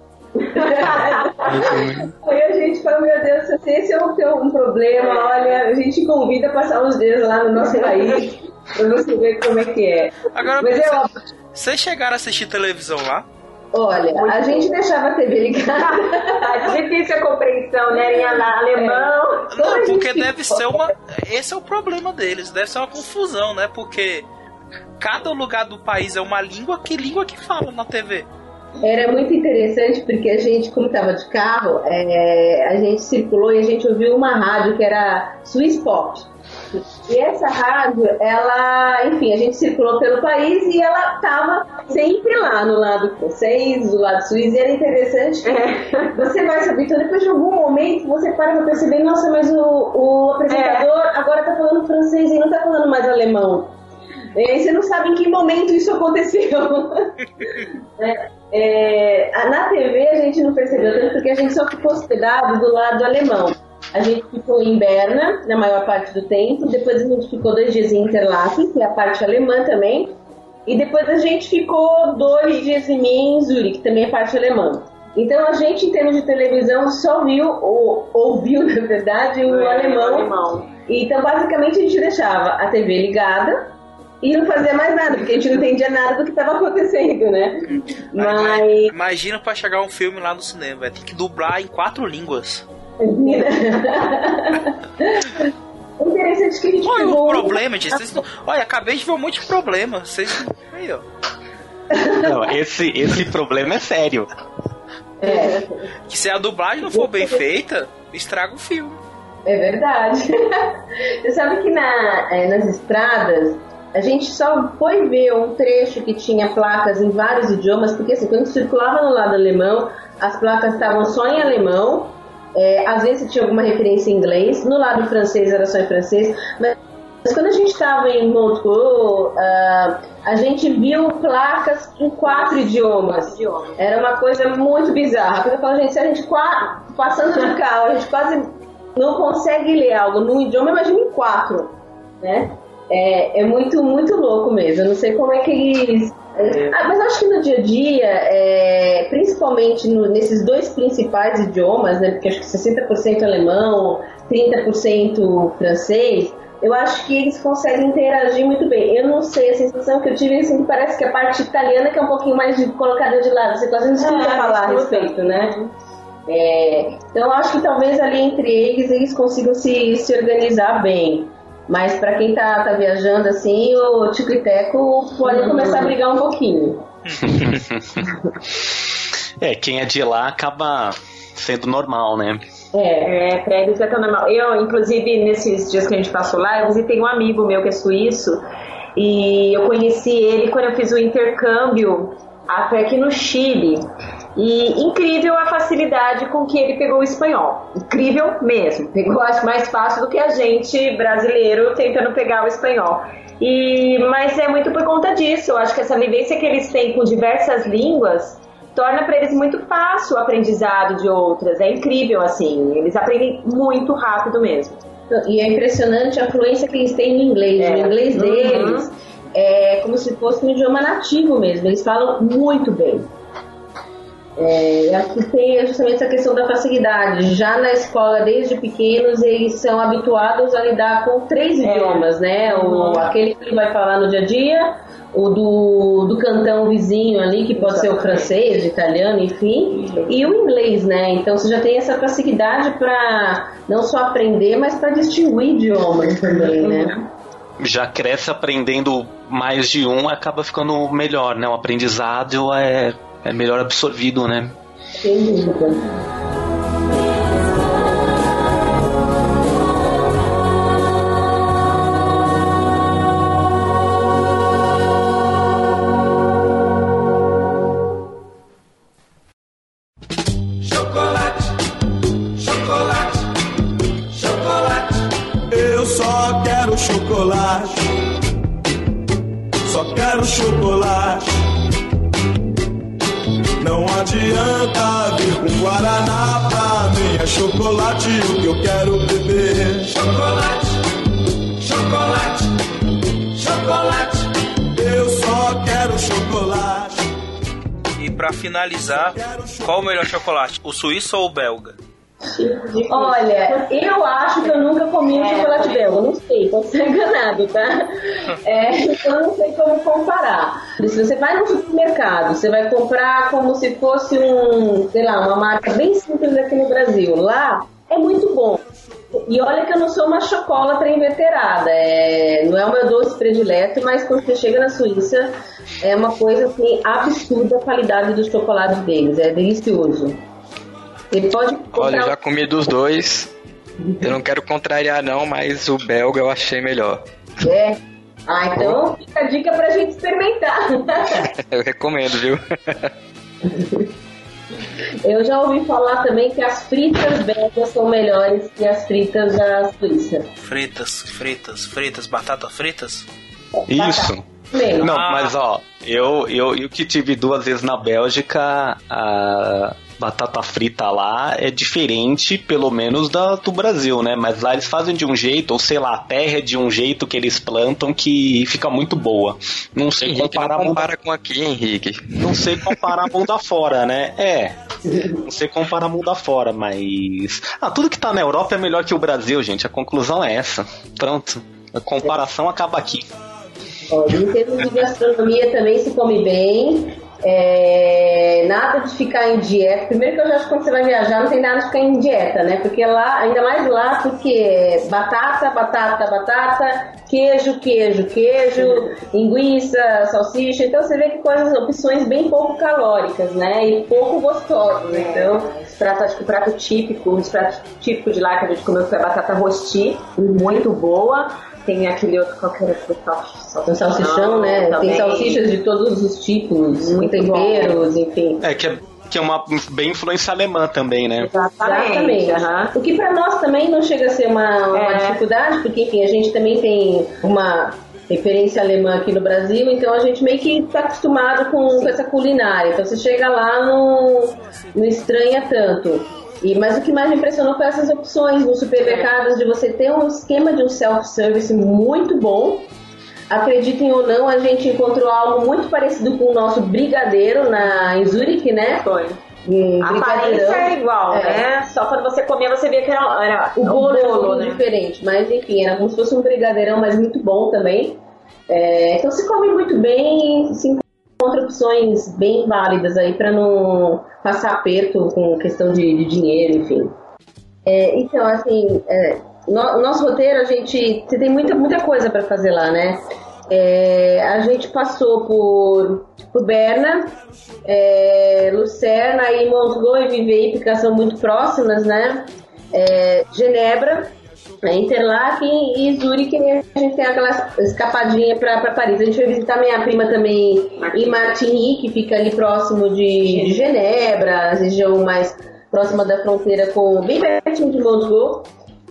Aí a gente fala, meu Deus, se esse é um problema, olha, a gente convida a passar uns dias lá no nosso país pra você ver como é que é. Agora, vocês chegaram a assistir televisão lá? Olha, a gente deixava a TV ligada. Difícil a compreensão, né? Em alemão. Não, porque deve ser esse é o problema deles, deve ser uma confusão, né? Porque cada lugar do país é uma língua, que língua que fala na TV? Era muito interessante porque a gente, como estava de carro, a gente circulou e a gente ouviu uma rádio que era Swiss Pop. E essa rádio, enfim, a gente circulou pelo país e ela estava sempre lá no lado francês, do lado suíço, e era interessante. Você vai se habituando, depois de algum momento você para perceber, nossa, mas o apresentador agora está falando francês e não está falando mais alemão. E aí você não sabe em que momento isso aconteceu. Na TV a gente não percebeu tanto porque a gente só ficou hospedado do lado alemão. A gente ficou em Berna, na maior parte do tempo. Depois a gente ficou 2 dias em Interlaken, que é a parte alemã também. E depois a gente ficou 2 dias e meio em Zurique, que também é parte alemã. Então a gente, em termos de televisão, só viu, ou ouviu, na verdade, o alemão. Então, basicamente, a gente deixava a TV ligada e não fazia mais nada, porque a gente não entendia nada do que estava acontecendo, né? Mas... Imagina pra chegar um filme lá no cinema, tem que dublar em 4 línguas. O interessante que a gente Olha pegou... o problema, gente. Olha, acabei de ver um monte de problema. Vocês... Aí, ó. Não, esse problema é sério. Que se a dublagem não for bem feita, estraga o filme. É verdade. Você sabe que nas estradas a gente só foi ver um trecho que tinha placas em vários idiomas, porque assim, quando circulava no lado alemão, as placas estavam só em alemão, às vezes tinha alguma referência em inglês, no lado francês era só em francês, mas quando a gente estava em Montreux, a gente viu placas em 4 idiomas. Era uma coisa muito bizarra. Porque eu falo, gente, se a gente passando de carro, a gente quase não consegue ler algo num idioma, imagina em 4, né? É muito, muito louco mesmo. Eu não sei como é que eles... mas eu acho que no dia a dia, principalmente nesses 2 principais idiomas, né? Porque acho que 60% alemão, 30% francês, eu acho que eles conseguem interagir muito bem. Eu não sei, a sensação que eu tive assim, que parece que a parte italiana que é um pouquinho mais colocada de lado. Você quase não escuta falar a respeito, né? Então eu acho que talvez ali entre eles consigam se organizar bem. Mas pra quem tá viajando assim, o Tico e Teco pode começar a brigar um pouquinho. Quem é de lá acaba sendo normal, né? Pra eles é tão normal. Eu, inclusive, nesses dias que a gente passou lá, eu visitei um amigo meu que é suíço, e eu conheci ele quando eu fiz o intercâmbio até aqui no Chile. E incrível a facilidade com que ele pegou o espanhol. Incrível mesmo. Pegou, acho, mais fácil do que a gente, brasileiro, tentando pegar o espanhol. Mas é muito por conta disso. Eu acho que essa vivência que eles têm com diversas línguas torna para eles muito fácil o aprendizado de outras. É incrível, assim. Eles aprendem muito rápido mesmo. E é impressionante a fluência que eles têm no inglês. O inglês deles é como se fosse um idioma nativo mesmo. Eles falam muito bem. Aqui tem justamente essa questão da facilidade. Já na escola, desde pequenos, eles são habituados a lidar com 3 idiomas, né? Aquele que ele vai falar no dia a dia, o do cantão vizinho ali, que pode ser o francês, o italiano, enfim, e o inglês, né? Então você já tem essa facilidade para não só aprender, mas para distinguir idiomas também, né? Já cresce aprendendo mais de um, acaba ficando melhor, né? O aprendizado é melhor absorvido, né? Sem dúvida. Chocolate, chocolate, chocolate. Eu só quero chocolate. Só quero chocolate. Não adianta vir com guaraná pra mim. É chocolate o que eu quero beber. Chocolate, chocolate, chocolate. Eu só quero chocolate. E pra finalizar, qual o melhor chocolate? O suíço ou o belga? Olha, eu acho que eu nunca comi um chocolate belga. Não sei, posso ser enganado, tá? Eu não sei como comparar. Se você vai no supermercado, você vai comprar como se fosse uma marca bem simples aqui no Brasil. Lá é muito bom. E olha que eu não sou uma chocolatra inveterada. Não é o meu doce predileto, mas quando você chega na Suíça, é uma coisa assim, absurda a qualidade do chocolate deles. É delicioso. Ele pode comprar... Olha, eu já comi dos dois. Eu não quero contrariar não, mas o belga eu achei melhor. Então fica a dica pra gente experimentar. Eu recomendo, viu? Eu já ouvi falar também que as fritas belgas são melhores que as fritas da Suíça. Fritas, batata fritas? Isso. Não, mas ó, eu que tive 2 vezes na Bélgica, batata frita lá é diferente, pelo menos, do Brasil, né? Mas lá eles fazem de um jeito, ou sei lá, a terra é de um jeito que eles plantam que fica muito boa. Não sei Henrique, comparar... não compara com aqui, Henrique. Não sei comparar mundo afora, né? Não sei comparar mundo afora, mas... tudo que tá na Europa é melhor que o Brasil, gente. A conclusão é essa. Pronto. A comparação acaba aqui. Em termos de gastronomia também se come bem. Nada de ficar em dieta. Primeiro que eu já acho que quando você vai viajar não tem nada de ficar em dieta, né? Porque lá, ainda mais lá, porque batata, queijo, linguiça, salsicha. Então você vê que opções bem pouco calóricas, né? E pouco gostosas. Então, acho que o prato típico de lá que a gente comeu foi a batata rosti, muito boa. Tem aquele outro, qualquer outro salsichão, né? Também. Tem salsichas de todos os tipos, com temperos, enfim. Que é uma bem influência alemã também, né? Exatamente. O que pra nós também não chega a ser uma dificuldade, porque, enfim, a gente também tem uma referência alemã aqui no Brasil, então a gente meio que tá acostumado com essa culinária. Então você chega lá, não estranha tanto. Mas o que mais me impressionou foi essas opções nos supermercados, de você ter um esquema de um self-service muito bom. Acreditem ou não, a gente encontrou algo muito parecido com o nosso brigadeiro em Zurique, né? Foi. A aparência é igual, né? Só quando você comia, você via que era o bolo, né? Diferente. Mas enfim, era como se fosse um brigadeirão, mas muito bom também. Então se come muito bem, se encontra opções bem válidas aí para não passar aperto com questão de dinheiro, enfim. Então, assim, nosso roteiro, você tem muita coisa para fazer lá, né? A gente passou por Berna, Lucerna e Montgó e Vevey, são muito próximas, né? Genebra, Interlaken e Zurique, a gente tem aquela escapadinha para Paris. A gente foi visitar minha prima também em Martigny, que fica ali próximo de Genebra, a região mais próxima da fronteira, bem pertinho de Montgó,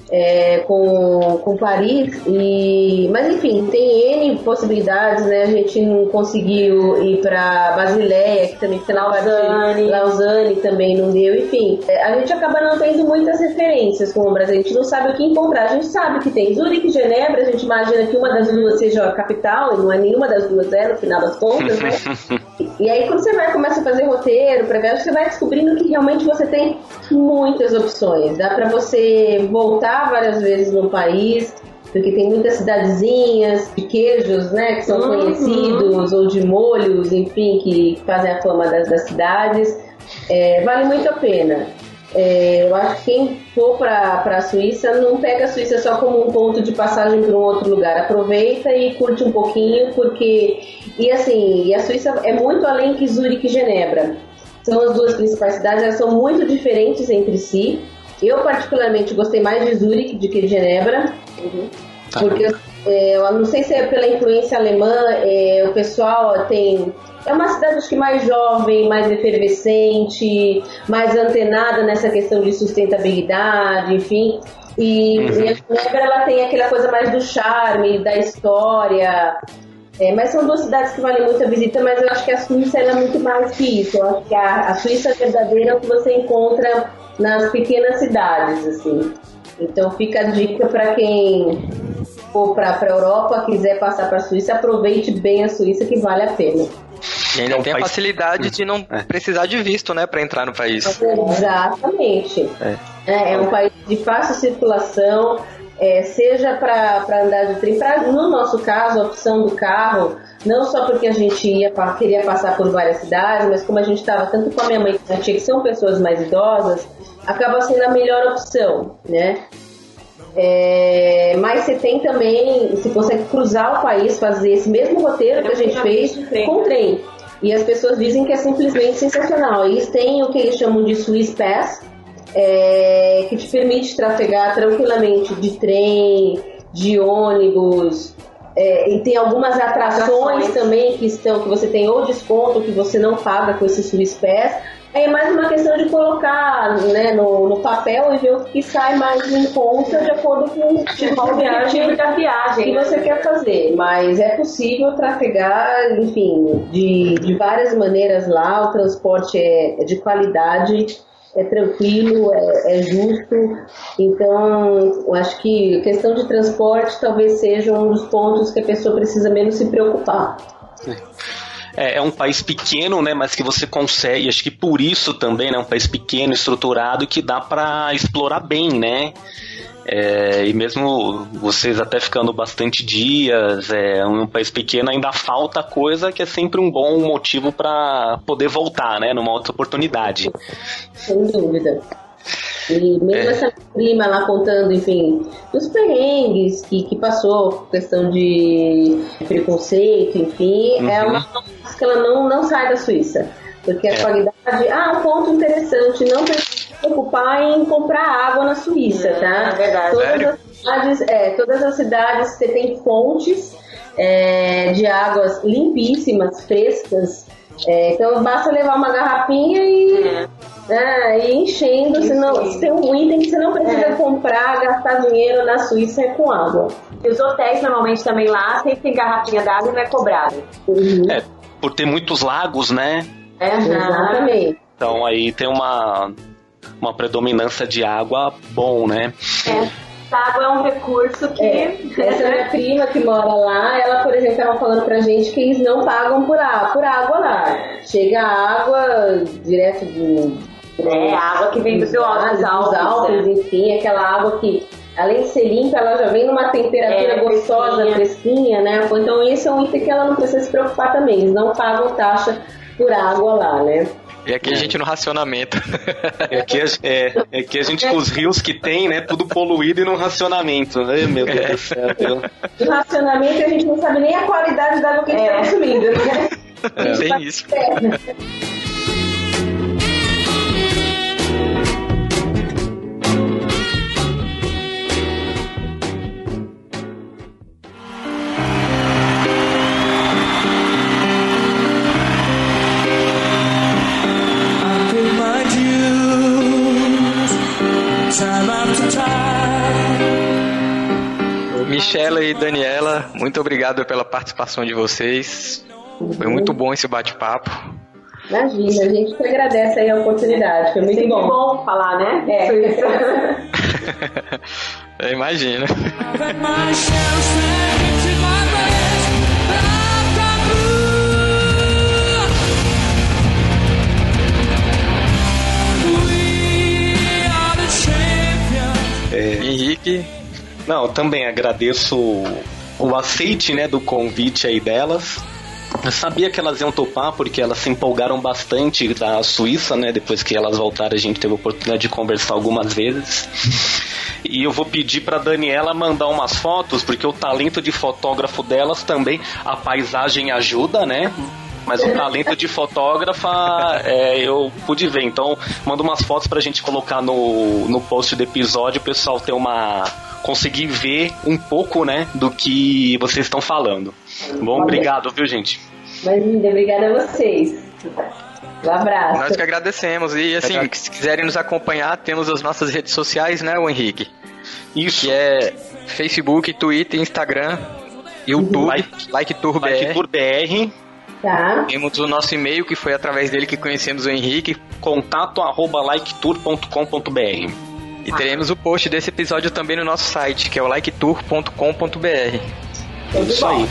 com Paris. Mas enfim, tem N possibilidades, né? A gente não conseguiu ir para Basileia, que também fica Lausanne também não deu, enfim. A gente acaba não tendo muitas referências como o Brasil, a gente não sabe o que encontrar. A gente sabe que tem Zurique e Genebra, a gente imagina que uma das duas seja a capital, e não é nenhuma das duas, no final das contas, né? E aí quando você começa a fazer roteiro para viagem, você vai descobrindo que realmente você tem muitas opções. Dá para você voltar várias vezes no país, porque tem muitas cidadezinhas de queijos, né, que são conhecidos, ou de molhos, enfim, que fazem a fama das cidades. Vale muito a pena. Eu acho que quem for para a Suíça não pega a Suíça só como um ponto de passagem para um outro lugar. Aproveita e curte um pouquinho, porque... E a Suíça é muito além que Zurique e Genebra. São as duas principais cidades, elas são muito diferentes entre si. Eu particularmente gostei mais de Zurique do que de Genebra, porque eu não sei se é pela influência alemã, o pessoal tem... É uma cidade, acho que mais jovem, mais efervescente, mais antenada nessa questão de sustentabilidade, enfim. E a Genebra, ela tem aquela coisa mais do charme, da história. Mas são duas cidades que valem muito a visita, mas eu acho que a Suíça ela é muito mais que isso. Eu acho que a Suíça verdadeira é o que você encontra nas pequenas cidades, assim. Então fica a dica para quem for para a Europa, quiser passar para a Suíça, aproveite bem a Suíça, que vale a pena. E ainda tem a facilidade de não precisar de visto, né, para entrar no país. Exatamente. É um país de fácil circulação, seja para andar de trem, no nosso caso, a opção do carro, não só porque a gente queria passar por várias cidades, mas como a gente estava tanto com a minha mãe e com a tia, que são pessoas mais idosas, acaba sendo a melhor opção, né? Mas você tem também, você consegue cruzar o país, fazer esse mesmo roteiro que a gente fez com trem. E as pessoas dizem que é simplesmente sensacional. Eles têm o que eles chamam de Swiss Pass, que te permite trafegar tranquilamente de trem, de ônibus, e tem algumas atrações também que você tem ou desconto que você não paga com esse Swiss Pass. É mais uma questão de colocar colocar, né, no papel e ver o que sai mais em conta de acordo com o objetivo da viagem que você quer fazer. Mas é possível trafegar, enfim, de várias maneiras lá. O transporte é de qualidade, é tranquilo, é justo. Então, eu acho que a questão de transporte talvez seja um dos pontos que a pessoa precisa menos se preocupar. É um país pequeno, né, mas que você consegue, acho que por isso também, né, um país pequeno, estruturado, que dá para explorar bem, né, e mesmo vocês até ficando bastante dias, um país pequeno, ainda falta coisa que é sempre um bom motivo para poder voltar, né, numa outra oportunidade. Sem dúvida. E mesmo essa prima lá contando, enfim, dos perrengues que passou, questão de preconceito, enfim, é uma coisa que ela não sai da Suíça. Porque a qualidade... um ponto interessante, não precisa se preocupar em comprar água na Suíça, tá? É verdade. Todas as cidades você tem fontes de águas limpíssimas, frescas. Então basta levar uma garrafinha e ir enchendo, senão se tem um item que você não precisa comprar, gastar dinheiro na Suíça é com água. E os hotéis normalmente também lá sempre tem garrafinha d'água e não é cobrado. Por ter muitos lagos, né? Exatamente. Então aí tem uma predominância de água bom, né? A água é um recurso que... Essa minha prima que mora lá, ela, por exemplo, estava falando pra gente que eles não pagam por água lá. Chega a água direto a água que vem dos Alpes, enfim, aquela água que, além de ser limpa, ela já vem numa temperatura gostosa, fresquinha, né? Então esse é um item que ela não precisa se preocupar também. Eles não pagam taxa por água lá, né? E aqui a gente no racionamento. Aqui a gente com os rios que tem, né? Tudo poluído e no racionamento. Ai, meu Deus do céu. No racionamento a gente não sabe nem a qualidade da água que a gente está consumindo, né? Tem isso. Michela e Daniela, muito obrigado pela participação de vocês. Foi muito bom esse bate-papo. Imagina, a gente que agradece aí a oportunidade. Foi muito bom falar, né? Imagina. Henrique. Não, eu também agradeço o aceite, né, do convite aí delas. Eu sabia que elas iam topar porque elas se empolgaram bastante da Suíça, né? Depois que elas voltaram, a gente teve a oportunidade de conversar algumas vezes. E eu vou pedir pra Daniela mandar umas fotos, porque o talento de fotógrafo delas também, a paisagem ajuda, né? Mas o talento de fotógrafa eu pude ver. Então, manda umas fotos pra gente colocar no post do episódio, o pessoal ter conseguir ver um pouco, né, do que vocês estão falando. Bom, obrigado, viu, gente? Imagina, obrigada a vocês. Um abraço. Nós que agradecemos. E assim, se quiserem nos acompanhar, temos as nossas redes sociais, né, o Henrique? Isso. Que é Facebook, Twitter, Instagram, YouTube, LikeTourBR. Tá. Temos o nosso e-mail, que foi através dele que conhecemos o Henrique, contato@liketour.com.br. E teremos o post desse episódio também no nosso site, que é o liketour.com.br. Isso aí.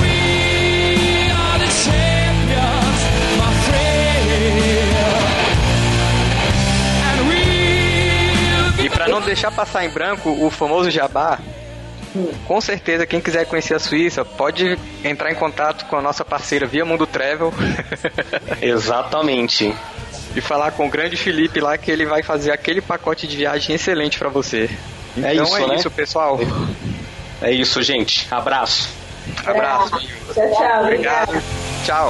E para não deixar passar em branco o famoso jabá, com certeza quem quiser conhecer a Suíça pode entrar em contato com a nossa parceira Via Mundo Travel. Exatamente. E falar com o grande Felipe lá, que ele vai fazer aquele pacote de viagem excelente pra você. Então é isso, pessoal. É isso, gente. Abraço. Abraço. Tchau. Obrigado. Tchau.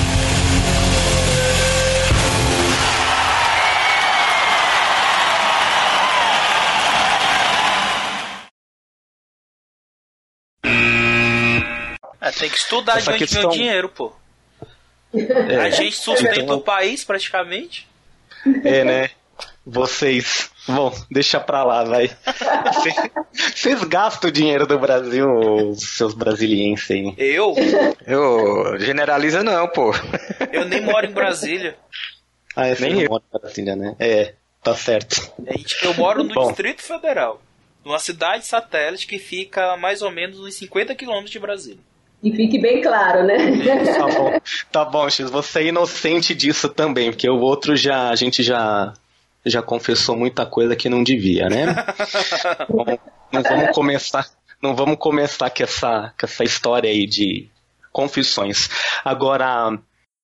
Tem que estudar de onde vem o dinheiro, pô. A gente sustenta o país praticamente. Né? Vocês. Bom, deixa pra lá, vai. Vocês gastam o dinheiro do Brasil, seus brasilienses aí. Eu Generaliza não, pô. Eu nem moro em Brasília. Ah, é, Nem nem eu. mora em Brasília, né? É, tá certo. Eu moro no Bom. Distrito Federal, numa cidade satélite que fica mais ou menos uns 50 quilômetros de Brasília. E fique bem claro, né? Tá bom, X, você é inocente disso também, porque o outro a gente já confessou muita coisa que não devia, né? Bom, não vamos começar com essa história aí de confissões. Agora...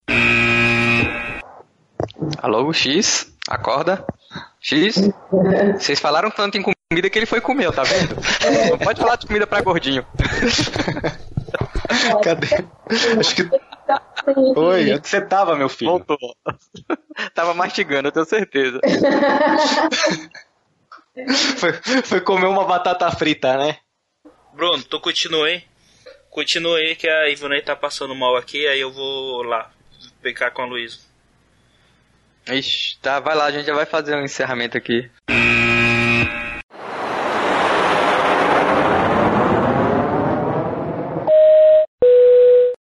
Alô, X? Acorda? X? Vocês falaram tanto em comida que ele foi comer, tá vendo? Não pode falar de comida pra gordinho. Cadê? Acho que... Oi, onde você tava, meu filho? Voltou. Tava mastigando, eu tenho certeza. Foi comer uma batata frita, né? Bruno, tu continue aí que a Ivonei tá passando mal aqui, aí eu vou lá ficar com a Luísa. Ixi, tá, vai lá, a gente já vai fazer um encerramento aqui.